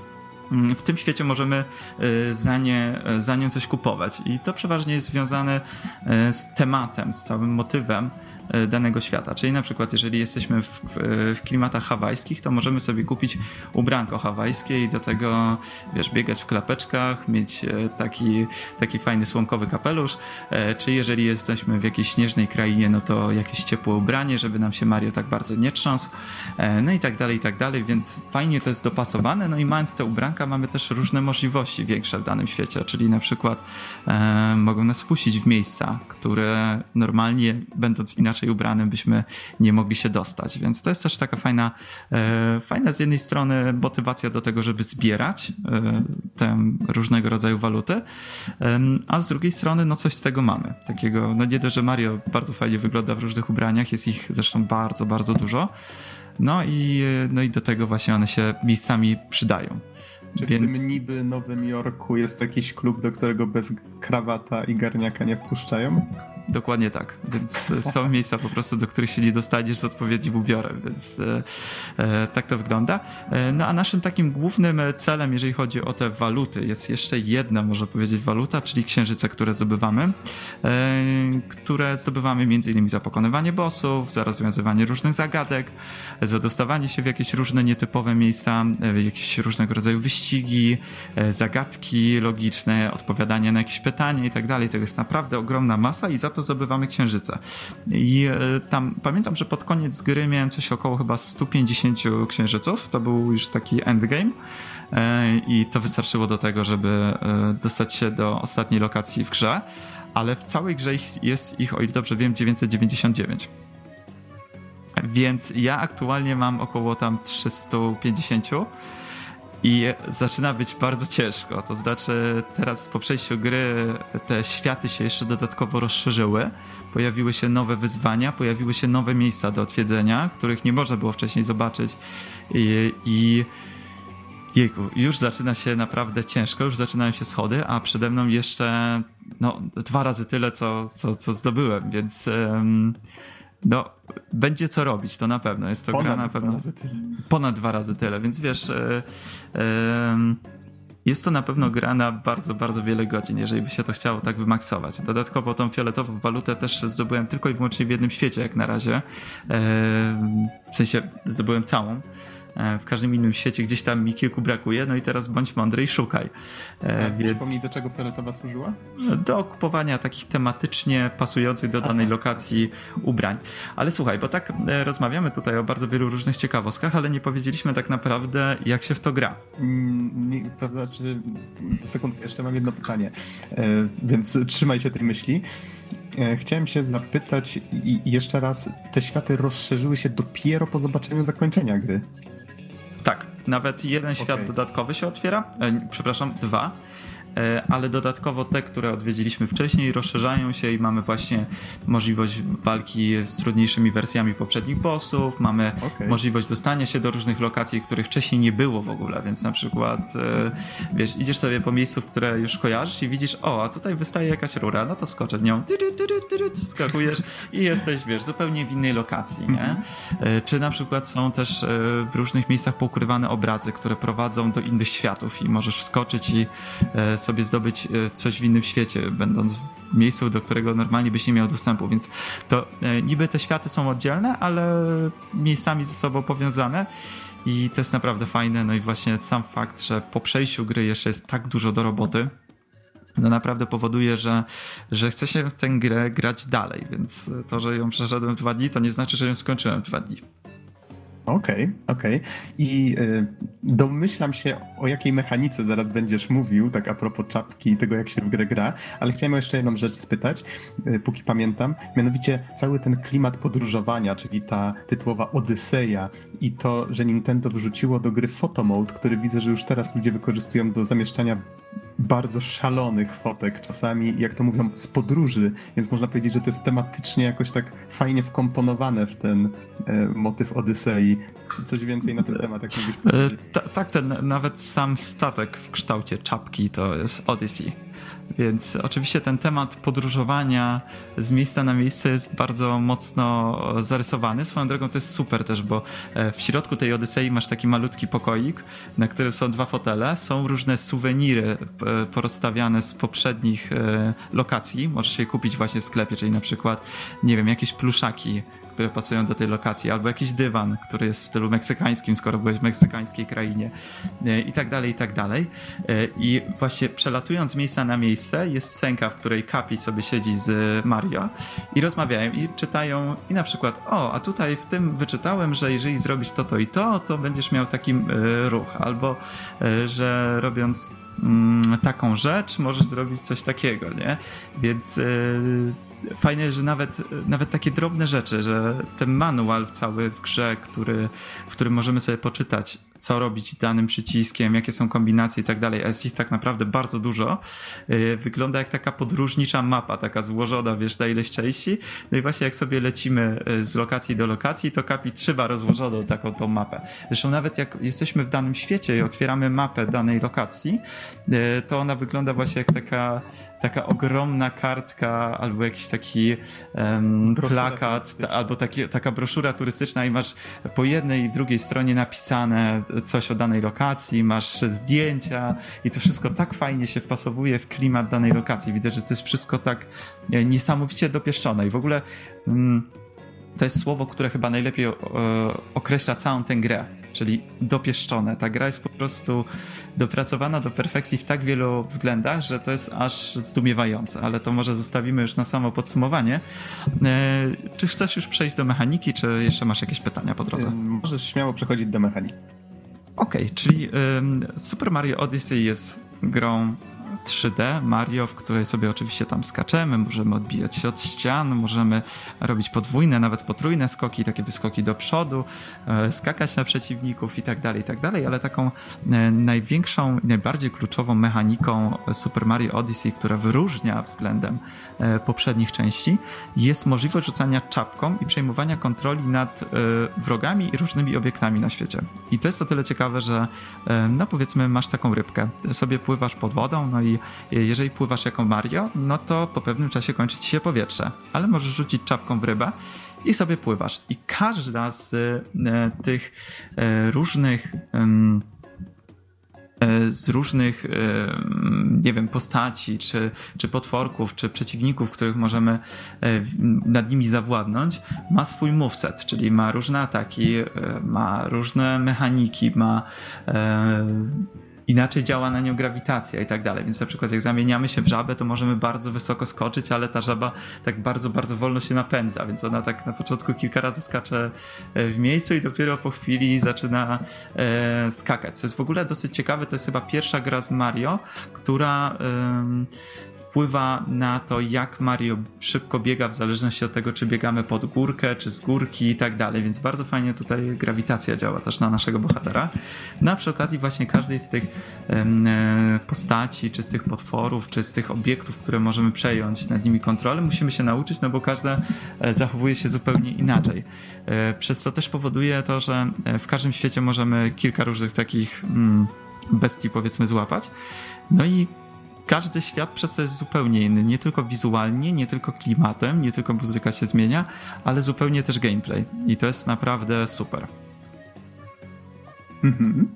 w tym świecie możemy za, nie, za nią coś kupować i to przeważnie jest związane z tematem, z całym motywem danego świata, czyli na przykład jeżeli jesteśmy w, w, w klimatach hawajskich, to możemy sobie kupić ubranko hawajskie i do tego, wiesz, biegać w klapeczkach, mieć taki, taki fajny słomkowy kapelusz, czy jeżeli jesteśmy w jakiejś śnieżnej krainie, no to jakieś ciepłe ubranie, żeby nam się Mario tak bardzo nie trząsł, no i tak dalej, i tak dalej, więc fajnie to jest dopasowane, no i mając te ubranka mamy też różne możliwości większe w danym świecie, czyli na przykład e, mogą nas wpuścić w miejsca, które normalnie będąc inaczej ubranym byśmy nie mogli się dostać, więc to jest też taka fajna e, fajna z jednej strony motywacja do tego, żeby zbierać e, te różnego rodzaju waluty, e, a z drugiej strony no coś z tego mamy, takiego, no nie dość, że Mario bardzo fajnie wygląda w różnych ubraniach, jest ich zresztą bardzo, bardzo dużo, no i, no i do tego właśnie one się miejscami przydają. Czy Więc... w tym niby Nowym Jorku jest jakiś klub, do którego bez krawata i garniaka nie wpuszczają? Dokładnie tak, więc są miejsca po prostu, do których się nie dostaniesz z odpowiednim ubiorem, więc e, e, tak to wygląda. E, no a naszym takim głównym celem, jeżeli chodzi o te waluty, jest jeszcze jedna, można powiedzieć, waluta, czyli księżyce, które zdobywamy, e, które zdobywamy między innymi za pokonywanie bossów, za rozwiązywanie różnych zagadek, za dostawanie się w jakieś różne nietypowe miejsca, e, jakieś różnego rodzaju wyścigi, e, zagadki logiczne, odpowiadanie na jakieś pytania i tak dalej. To jest naprawdę ogromna masa i za to zdobywamy księżyce. I e, tam pamiętam, że pod koniec gry miałem coś około chyba sto pięćdziesiąt księżyców. To był już taki endgame e, i to wystarczyło do tego, żeby e, dostać się do ostatniej lokacji w grze, ale w całej grze jest ich, o ile dobrze wiem, dziewięćset dziewięćdziesiąt dziewięć. Więc ja aktualnie mam około tam trzysta pięćdziesiąt i zaczyna być bardzo ciężko. To znaczy teraz po przejściu gry te światy się jeszcze dodatkowo rozszerzyły. Pojawiły się nowe wyzwania, pojawiły się nowe miejsca do odwiedzenia, których nie można było wcześniej zobaczyć. I, i jejku, już zaczyna się naprawdę ciężko, już zaczynają się schody, a przede mną jeszcze no, dwa razy tyle, co, co, co zdobyłem, więc... Um, No, będzie co robić, to na pewno. Jest to ponad gra na pewno. Dwa razy tyle. Ponad dwa razy tyle, więc wiesz, e, e, jest to na pewno gra na bardzo, bardzo wiele godzin, jeżeli by się to chciało tak wymaksować. Dodatkowo tą fioletową walutę też zdobyłem tylko i wyłącznie w jednym świecie, jak na razie. E, w sensie zdobyłem całą. W każdym innym świecie gdzieś tam mi kilku brakuje, no i teraz bądź mądry i szukaj. A, więc... Przypomnij, do czego fioletowa służyła? Do kupowania takich tematycznie pasujących do danej Aha. lokacji ubrań. Ale słuchaj, bo tak rozmawiamy tutaj o bardzo wielu różnych ciekawostkach, ale nie powiedzieliśmy tak naprawdę, jak się w to gra. Mm, nie, to znaczy, sekundkę, jeszcze mam jedno pytanie, e, więc trzymaj się tej myśli. chciałem się zapytać i jeszcze raz, te światy rozszerzyły się dopiero po zobaczeniu zakończenia gry? Tak, nawet jeden okay. świat dodatkowy się otwiera, e, przepraszam, dwa. Ale dodatkowo te, które odwiedziliśmy wcześniej, rozszerzają się i mamy właśnie możliwość walki z trudniejszymi wersjami poprzednich bossów, mamy okay. możliwość dostania się do różnych lokacji, których wcześniej nie było w ogóle, więc na przykład wiesz, idziesz sobie po miejscu, które już kojarzysz i widzisz, o, a tutaj wystaje jakaś rura, no to wskoczę w nią, wskakujesz i jesteś, wiesz, zupełnie w innej lokacji, nie? Czy na przykład są też w różnych miejscach poukrywane obrazy, które prowadzą do innych światów i możesz wskoczyć i sobie zdobyć coś w innym świecie, będąc w miejscu, do którego normalnie byś nie miał dostępu, więc to niby te światy są oddzielne, ale miejscami ze sobą powiązane i to jest naprawdę fajne, no i właśnie sam fakt, że po przejściu gry jeszcze jest tak dużo do roboty, no naprawdę powoduje, że, że chce się w tę grę grać dalej, więc to, że ją przeszedłem w dwa dni, to nie znaczy, że ją skończyłem w dwa dni. Okej, okay, okej. Okay. I y, domyślam się, o jakiej mechanice zaraz będziesz mówił, tak a propos czapki i tego, jak się w grę gra, ale chciałem o jeszcze jedną rzecz spytać, y, póki pamiętam, mianowicie cały ten klimat podróżowania, czyli ta tytułowa Odyseja i to, że Nintendo wrzuciło do gry photomode, który widzę, że już teraz ludzie wykorzystują do zamieszczania bardzo szalonych fotek, czasami, jak to mówią, z podróży, więc można powiedzieć, że to jest tematycznie jakoś tak fajnie wkomponowane w ten e, motyw Odysei. C- coś więcej na ten temat, jak mógłbyś powiedzieć? E, ta, tak, ten, nawet sam statek w kształcie czapki to jest Odyssey. Więc oczywiście ten temat podróżowania z miejsca na miejsce jest bardzo mocno zarysowany. Swoją drogą to jest super też, bo w środku tej Odysei masz taki malutki pokoik, na którym są dwa fotele. Są różne suweniry porozstawiane z poprzednich lokacji. Możesz je kupić właśnie w sklepie, czyli na przykład, nie wiem, jakieś pluszaki, które pasują do tej lokacji, albo jakiś dywan, który jest w stylu meksykańskim, skoro byłeś w meksykańskiej krainie i tak dalej, i tak dalej. I właśnie przelatując z miejsca na miejsce jest scenka, w której Cappy sobie siedzi z Mario i rozmawiają i czytają i na przykład, o, a tutaj w tym wyczytałem, że jeżeli zrobisz to, to i to, to będziesz miał taki y, ruch, albo y, że robiąc y, taką rzecz możesz zrobić coś takiego, nie? Więc y, fajne, że nawet, nawet takie drobne rzeczy, że ten manual cały w grze, który, w którym możemy sobie poczytać, co robić danym przyciskiem, jakie są kombinacje i tak dalej, a jest ich tak naprawdę bardzo dużo, yy, wygląda jak taka podróżnicza mapa, taka złożona, wiesz, na ileś części. No i właśnie jak sobie lecimy z lokacji do lokacji, to Cappy trzyma rozłożoną taką tą mapę. Zresztą nawet jak jesteśmy w danym świecie i otwieramy mapę danej lokacji, yy, to ona wygląda właśnie jak taka, taka ogromna kartka albo jakiś taki um, plakat, ta, albo taki, taka broszura turystyczna i masz po jednej i drugiej stronie napisane coś o danej lokacji, masz zdjęcia i to wszystko tak fajnie się wpasowuje w klimat danej lokacji. Widać, że to jest wszystko tak niesamowicie dopieszczone i w ogóle mm, to jest słowo, które chyba najlepiej o, o, określa całą tę grę, czyli dopieszczone. Ta gra jest po prostu dopracowana do perfekcji w tak wielu względach, że to jest aż zdumiewające, ale to może zostawimy już na samo podsumowanie. E, czy chcesz już przejść do mechaniki, czy jeszcze masz jakieś pytania po drodze? Możesz śmiało przechodzić do mechaniki. Okej, okay, czyli um, Super Mario Odyssey jest grą trzy D Mario, w której sobie oczywiście tam skaczemy, możemy odbijać się od ścian, możemy robić podwójne, nawet potrójne skoki, takie wyskoki do przodu, e, skakać na przeciwników i tak dalej, i tak dalej, ale taką e, największą i najbardziej kluczową mechaniką Super Mario Odyssey, która wyróżnia względem e, poprzednich części, jest możliwość rzucania czapką i przejmowania kontroli nad e, wrogami i różnymi obiektami na świecie. I to jest o tyle ciekawe, że e, no powiedzmy masz taką rybkę, sobie pływasz pod wodą, no i jeżeli pływasz jako Mario, no to po pewnym czasie kończy ci się powietrze, ale możesz rzucić czapką w rybę i sobie pływasz. I każda z e, tych e, różnych e, z różnych, e, nie wiem, postaci, czy, czy potworków, czy przeciwników, których możemy e, nad nimi zawładnąć, ma swój moveset, czyli ma różne ataki, e, ma różne mechaniki, ma e, inaczej działa na nią grawitacja i tak dalej, więc na przykład jak zamieniamy się w żabę, to możemy bardzo wysoko skoczyć, ale ta żaba tak bardzo, bardzo wolno się napędza, więc ona tak na początku kilka razy skacze w miejscu i dopiero po chwili zaczyna e, skakać. Co jest w ogóle dosyć ciekawe, to jest chyba pierwsza gra z Mario, która e, wpływa na to, jak Mario szybko biega, w zależności od tego, czy biegamy pod górkę, czy z górki i tak dalej, więc bardzo fajnie tutaj grawitacja działa też na naszego bohatera. No a przy okazji właśnie każdej z tych e, postaci, czy z tych potworów, czy z tych obiektów, które możemy przejąć nad nimi kontrolę, musimy się nauczyć, no bo każda e, zachowuje się zupełnie inaczej. E, przez co też powoduje to, że w każdym świecie możemy kilka różnych takich mm, bestii, powiedzmy, złapać. No i każdy świat przez to jest zupełnie inny. Nie tylko wizualnie, nie tylko klimatem, nie tylko muzyka się zmienia, ale zupełnie też gameplay. I to jest naprawdę super. Mhm.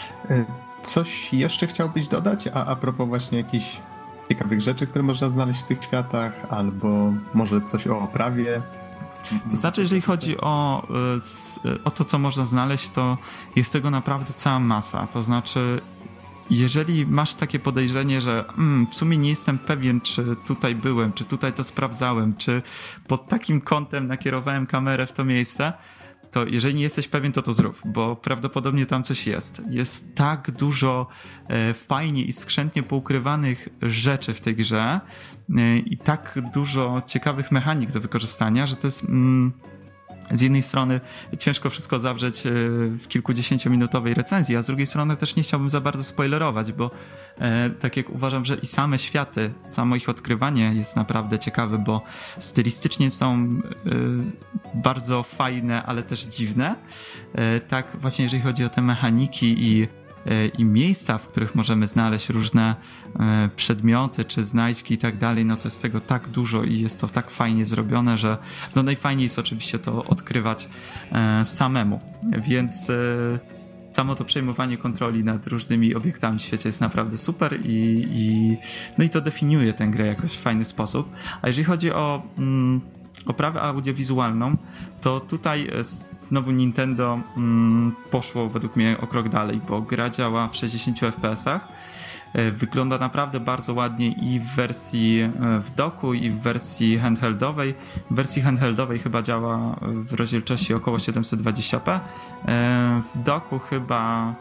Coś jeszcze chciałbyś dodać? A, a propos właśnie jakichś ciekawych rzeczy, które można znaleźć w tych światach, albo może coś o oprawie? To znaczy, jeżeli chodzi o, o to, co można znaleźć, to jest tego naprawdę cała masa. To znaczy, jeżeli masz takie podejrzenie, że mm, w sumie nie jestem pewien, czy tutaj byłem, czy tutaj to sprawdzałem, czy pod takim kątem nakierowałem kamerę w to miejsce, to jeżeli nie jesteś pewien, to to zrób, bo prawdopodobnie tam coś jest. Jest tak dużo e, fajnie i skrzętnie poukrywanych rzeczy w tej grze e, i tak dużo ciekawych mechanik do wykorzystania, że to jest... Mm, z jednej strony ciężko wszystko zawrzeć w kilkudziesięciominutowej recenzji, a z drugiej strony też nie chciałbym za bardzo spoilerować, bo e, tak jak uważam, że i same światy, samo ich odkrywanie jest naprawdę ciekawe, bo stylistycznie są e, bardzo fajne, ale też dziwne. E, tak właśnie jeżeli chodzi o te mechaniki i i miejsca, w których możemy znaleźć różne e, przedmioty czy znajdźki i tak dalej, no to jest tego tak dużo i jest to tak fajnie zrobione, że no najfajniej jest oczywiście to odkrywać e, samemu, więc e, samo to przejmowanie kontroli nad różnymi obiektami w świecie jest naprawdę super i, i no i to definiuje tę grę jakoś w fajny sposób. A jeżeli chodzi o mm, oprawę audiowizualną, to tutaj znowu Nintendo mm, poszło według mnie o krok dalej, bo gra działa w sześćdziesięciu F P S-ach. Wygląda naprawdę bardzo ładnie i w wersji w doku, i w wersji handheldowej. W wersji handheldowej chyba działa w rozdzielczości około siedemset dwadzieścia p. W doku chyba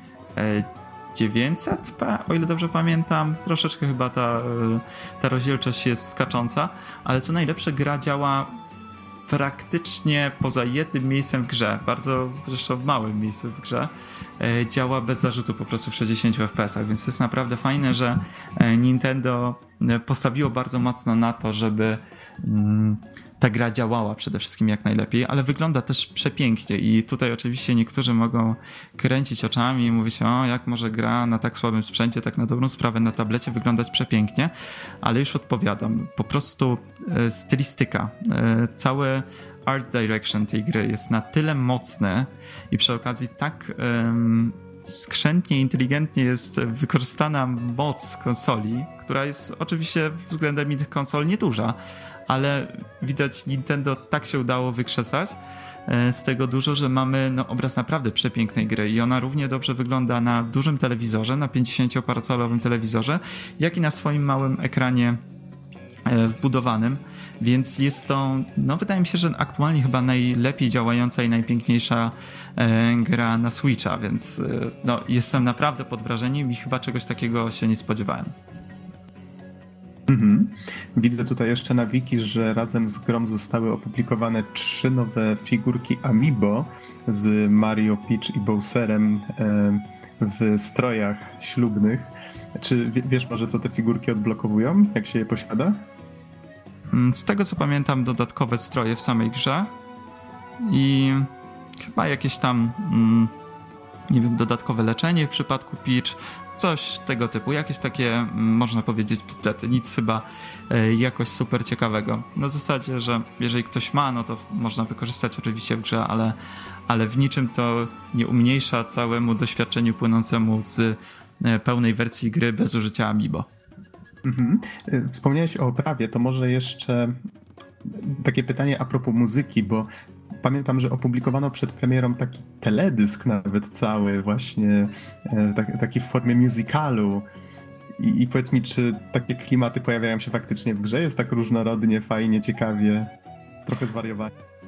dziewięćset p, o ile dobrze pamiętam. Troszeczkę chyba ta, ta rozdzielczość jest skacząca, ale co najlepsze, gra działa praktycznie poza jednym miejscem w grze, bardzo zresztą małym miejscu w grze, działa bez zarzutu po prostu w sześćdziesięciu F P S-ach, więc to jest naprawdę fajne, że Nintendo postawiło bardzo mocno na to, żeby ta gra działała przede wszystkim jak najlepiej, ale wygląda też przepięknie i tutaj oczywiście niektórzy mogą kręcić oczami i mówić, o jak może gra na tak słabym sprzęcie, tak na dobrą sprawę na tablecie wyglądać przepięknie, ale już odpowiadam, po prostu e, stylistyka, e, cały art direction tej gry jest na tyle mocny i przy okazji tak e, skrzętnie, inteligentnie jest wykorzystana moc konsoli, która jest oczywiście względem innych konsol nieduża, ale widać Nintendo tak się udało wykrzesać z tego dużo, że mamy no, obraz naprawdę przepięknej gry i ona równie dobrze wygląda na dużym telewizorze, na pięćdziesięcioparacalowym telewizorze, jak i na swoim małym ekranie wbudowanym, więc jest to, no wydaje mi się, że aktualnie chyba najlepiej działająca i najpiękniejsza gra na Switcha, więc no, jestem naprawdę pod wrażeniem i chyba czegoś takiego się nie spodziewałem. Mhm. Widzę tutaj jeszcze na wiki, że razem z grą zostały opublikowane trzy nowe figurki Amiibo z Mario, Peach i Bowserem w strojach ślubnych. Czy wiesz może, co te figurki odblokowują, jak się je posiada? Z tego co pamiętam, dodatkowe stroje w samej grze i chyba jakieś tam nie wiem, dodatkowe leczenie w przypadku Peach, coś tego typu, jakieś takie, można powiedzieć, bzdety, nic chyba jakoś super ciekawego. Na zasadzie, że jeżeli ktoś ma, no to można wykorzystać oczywiście w grze, ale, ale w niczym to nie umniejsza całemu doświadczeniu płynącemu z pełnej wersji gry bez użycia Amiibo. Mhm. Wspomniałeś o oprawie, to może jeszcze takie pytanie a propos muzyki, bo pamiętam, że opublikowano przed premierą taki teledysk nawet cały właśnie, tak, taki w formie musicalu. I, I powiedz mi, czy takie klimaty pojawiają się faktycznie w grze? Jest tak różnorodnie, fajnie, ciekawie, trochę zwariowanie?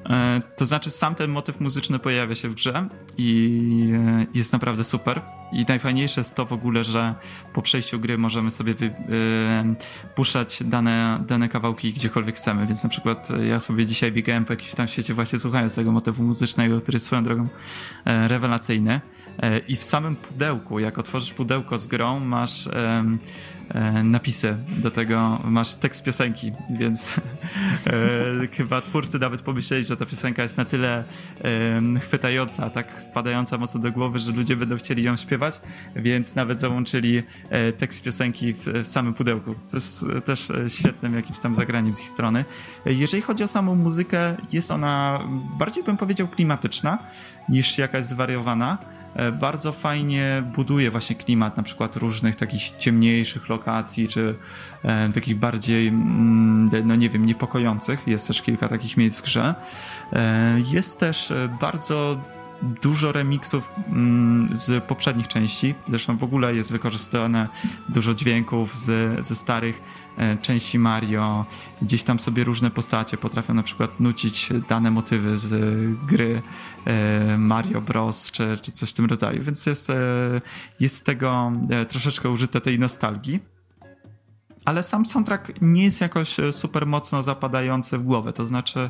To znaczy sam ten motyw muzyczny pojawia się w grze i jest naprawdę super. I najfajniejsze jest to w ogóle, że po przejściu gry możemy sobie wy, y, puszczać dane, dane kawałki gdziekolwiek chcemy, więc na przykład ja sobie dzisiaj biegałem po jakimś tam świecie właśnie słuchając tego motywu muzycznego, który jest swoją drogą e, rewelacyjny. E, I w samym pudełku, jak otworzysz pudełko z grą, masz e, e, napisy do tego, masz tekst piosenki, więc e, chyba twórcy nawet pomyśleli, że ta piosenka jest na tyle e, chwytająca, tak wpadająca mocno do głowy, że ludzie będą chcieli ją śpiewać, więc nawet załączyli e, tekst piosenki w, w samym pudełku. To jest też świetnym jakimś tam zagraniem z ich strony. Jeżeli chodzi o samą muzykę, jest ona bardziej, bym powiedział, klimatyczna niż jakaś zwariowana. Bardzo fajnie buduje właśnie klimat na przykład różnych takich ciemniejszych lokacji, czy e, takich bardziej, mm, no nie wiem, niepokojących. Jest też kilka takich miejsc w grze. E, jest też bardzo dużo remixów mm, z poprzednich części. Zresztą w ogóle jest wykorzystane dużo dźwięków z, ze starych e, części Mario. Gdzieś tam sobie różne postacie potrafią na przykład nucić dane motywy z gry e, Mario Bros. Czy, czy coś w tym rodzaju. Więc jest, e, jest z tego e, troszeczkę użyte tej nostalgii. Ale sam soundtrack nie jest jakoś super mocno zapadający w głowę. To znaczy...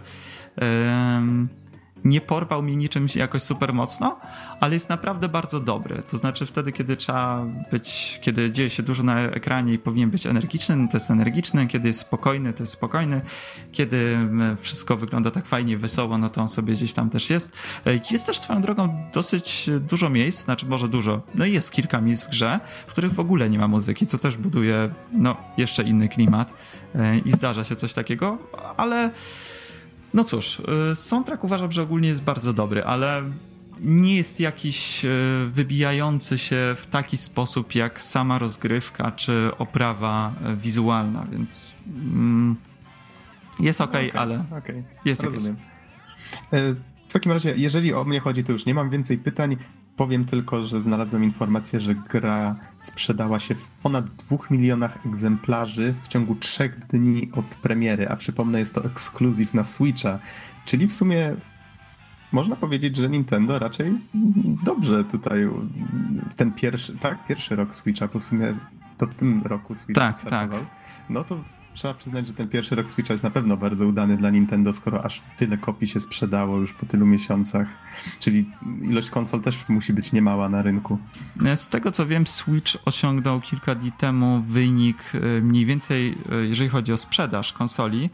E, nie porwał mnie niczym jakoś super mocno, ale jest naprawdę bardzo dobry. To znaczy wtedy, kiedy trzeba być, kiedy dzieje się dużo na ekranie i powinien być energiczny, no to jest energiczny, kiedy jest spokojny, to jest spokojny, kiedy wszystko wygląda tak fajnie, wesoło, no to on sobie gdzieś tam też jest. Jest też swoją drogą dosyć dużo miejsc, znaczy może dużo, no jest kilka miejsc w grze, w których w ogóle nie ma muzyki, co też buduje no jeszcze inny klimat i zdarza się coś takiego, ale no cóż, soundtrack uważam, że ogólnie jest bardzo dobry, ale nie jest jakiś wybijający się w taki sposób jak sama rozgrywka czy oprawa wizualna, więc mm, jest okej, okay, okay, ale okay. jest Rozumiem. Jak jest. W takim razie, jeżeli o mnie chodzi, to już nie mam więcej pytań. Powiem tylko, że znalazłem informację, że gra sprzedała się w ponad dwóch milionach egzemplarzy w ciągu trzech dni od premiery, a przypomnę, jest to ekskluzyw na Switcha, czyli w sumie można powiedzieć, że Nintendo raczej dobrze tutaj ten pierwszy, tak, pierwszy rok Switcha, bo w sumie to w tym roku Switch tak, startował. Tak. No to trzeba przyznać, że ten pierwszy rok Switcha jest na pewno bardzo udany dla Nintendo, skoro aż tyle kopii się sprzedało już po tylu miesiącach. Czyli ilość konsol też musi być niemała na rynku. Z tego co wiem, Switch osiągnął kilka dni temu wynik mniej więcej, jeżeli chodzi o sprzedaż konsoli,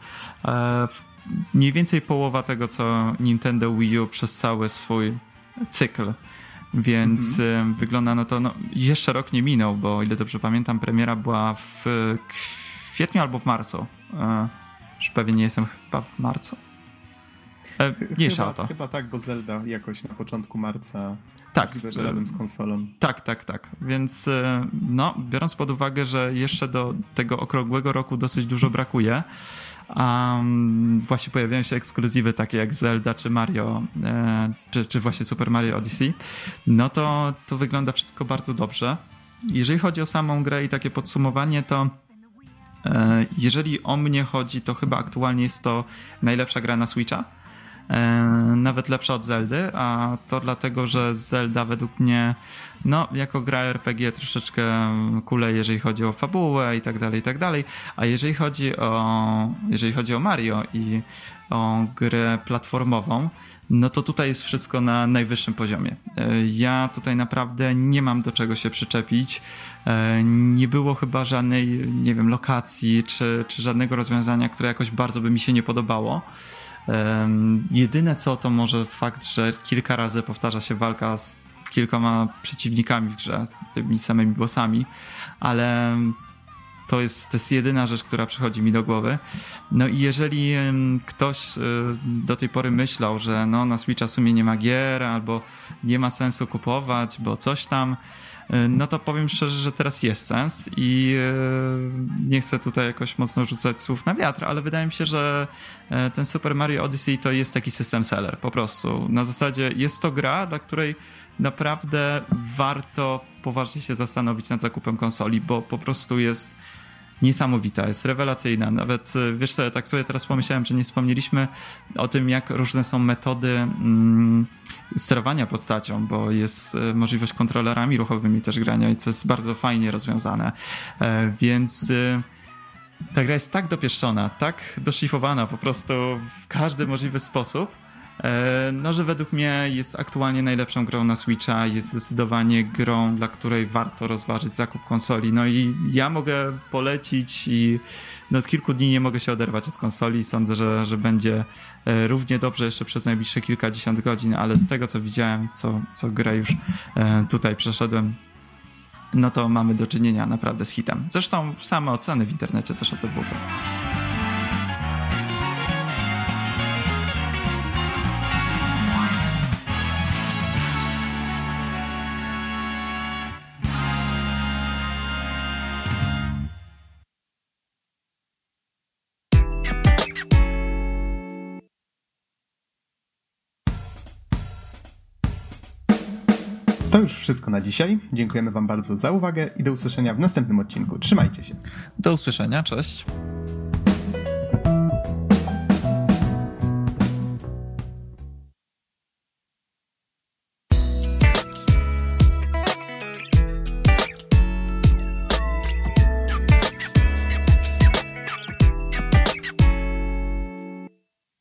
mniej więcej połowa tego, co Nintendo Wii U przez cały swój cykl. Więc mm-hmm. wygląda na to, no jeszcze rok nie minął, bo o ile dobrze pamiętam, premiera była w W kwietniu albo w marcu. E, już pewnie nie jestem, chyba w marcu. E, mniejsza o to. Chyba tak, bo Zelda jakoś na początku marca. Tak. Że razem z konsolą. Tak, tak, tak. Więc no, biorąc pod uwagę, że jeszcze do tego okrągłego roku dosyć dużo brakuje, a um, właśnie pojawiają się ekskluzywy takie jak Zelda czy Mario, e, czy, czy właśnie Super Mario Odyssey, no to, to wygląda wszystko bardzo dobrze. Jeżeli chodzi o samą grę i takie podsumowanie, to jeżeli o mnie chodzi, to chyba aktualnie jest to najlepsza gra na Switcha. Nawet lepsza od Zeldy, a to dlatego, że Zelda według mnie, no, jako gra R P G troszeczkę kuleje, jeżeli chodzi o fabułę i tak dalej, i tak dalej. A jeżeli chodzi o, jeżeli chodzi o Mario i o grę platformową, no to tutaj jest wszystko na najwyższym poziomie. Ja tutaj naprawdę nie mam do czego się przyczepić. Nie było chyba żadnej, nie wiem, lokacji czy, czy żadnego rozwiązania, które jakoś bardzo by mi się nie podobało. Jedyne co, to może fakt, że kilka razy powtarza się walka z kilkoma przeciwnikami w grze, tymi samymi bossami, ale to jest, to jest jedyna rzecz, która przychodzi mi do głowy. No i jeżeli ktoś do tej pory myślał, że no na Switcha w sumie nie ma gier, albo nie ma sensu kupować, bo coś tam, no to powiem szczerze, że teraz jest sens i nie chcę tutaj jakoś mocno rzucać słów na wiatr, ale wydaje mi się, że ten Super Mario Odyssey to jest taki system seller, po prostu. Na zasadzie jest to gra, dla której naprawdę warto poważnie się zastanowić nad zakupem konsoli, bo po prostu jest niesamowita, jest rewelacyjna. Nawet, wiesz co, tak sobie teraz pomyślałem, że nie wspomnieliśmy o tym, jak różne są metody mm, sterowania postacią, bo jest możliwość kontrolerami ruchowymi też grania i co jest bardzo fajnie rozwiązane. E, więc y, ta gra jest tak dopieszczona, tak doszlifowana po prostu w każdy możliwy sposób, no, że według mnie jest aktualnie najlepszą grą na Switcha, jest zdecydowanie grą, dla której warto rozważyć zakup konsoli. No i ja mogę polecić i no, od kilku dni nie mogę się oderwać od konsoli i sądzę, że, że będzie równie dobrze jeszcze przez najbliższe kilkadziesiąt godzin, ale z tego co widziałem, co, co grę już tutaj przeszedłem, no to mamy do czynienia naprawdę z hitem. Zresztą same oceny w internecie też o to mówią. To już wszystko na dzisiaj. Dziękujemy wam bardzo za uwagę i do usłyszenia w następnym odcinku. Trzymajcie się. Do usłyszenia, cześć.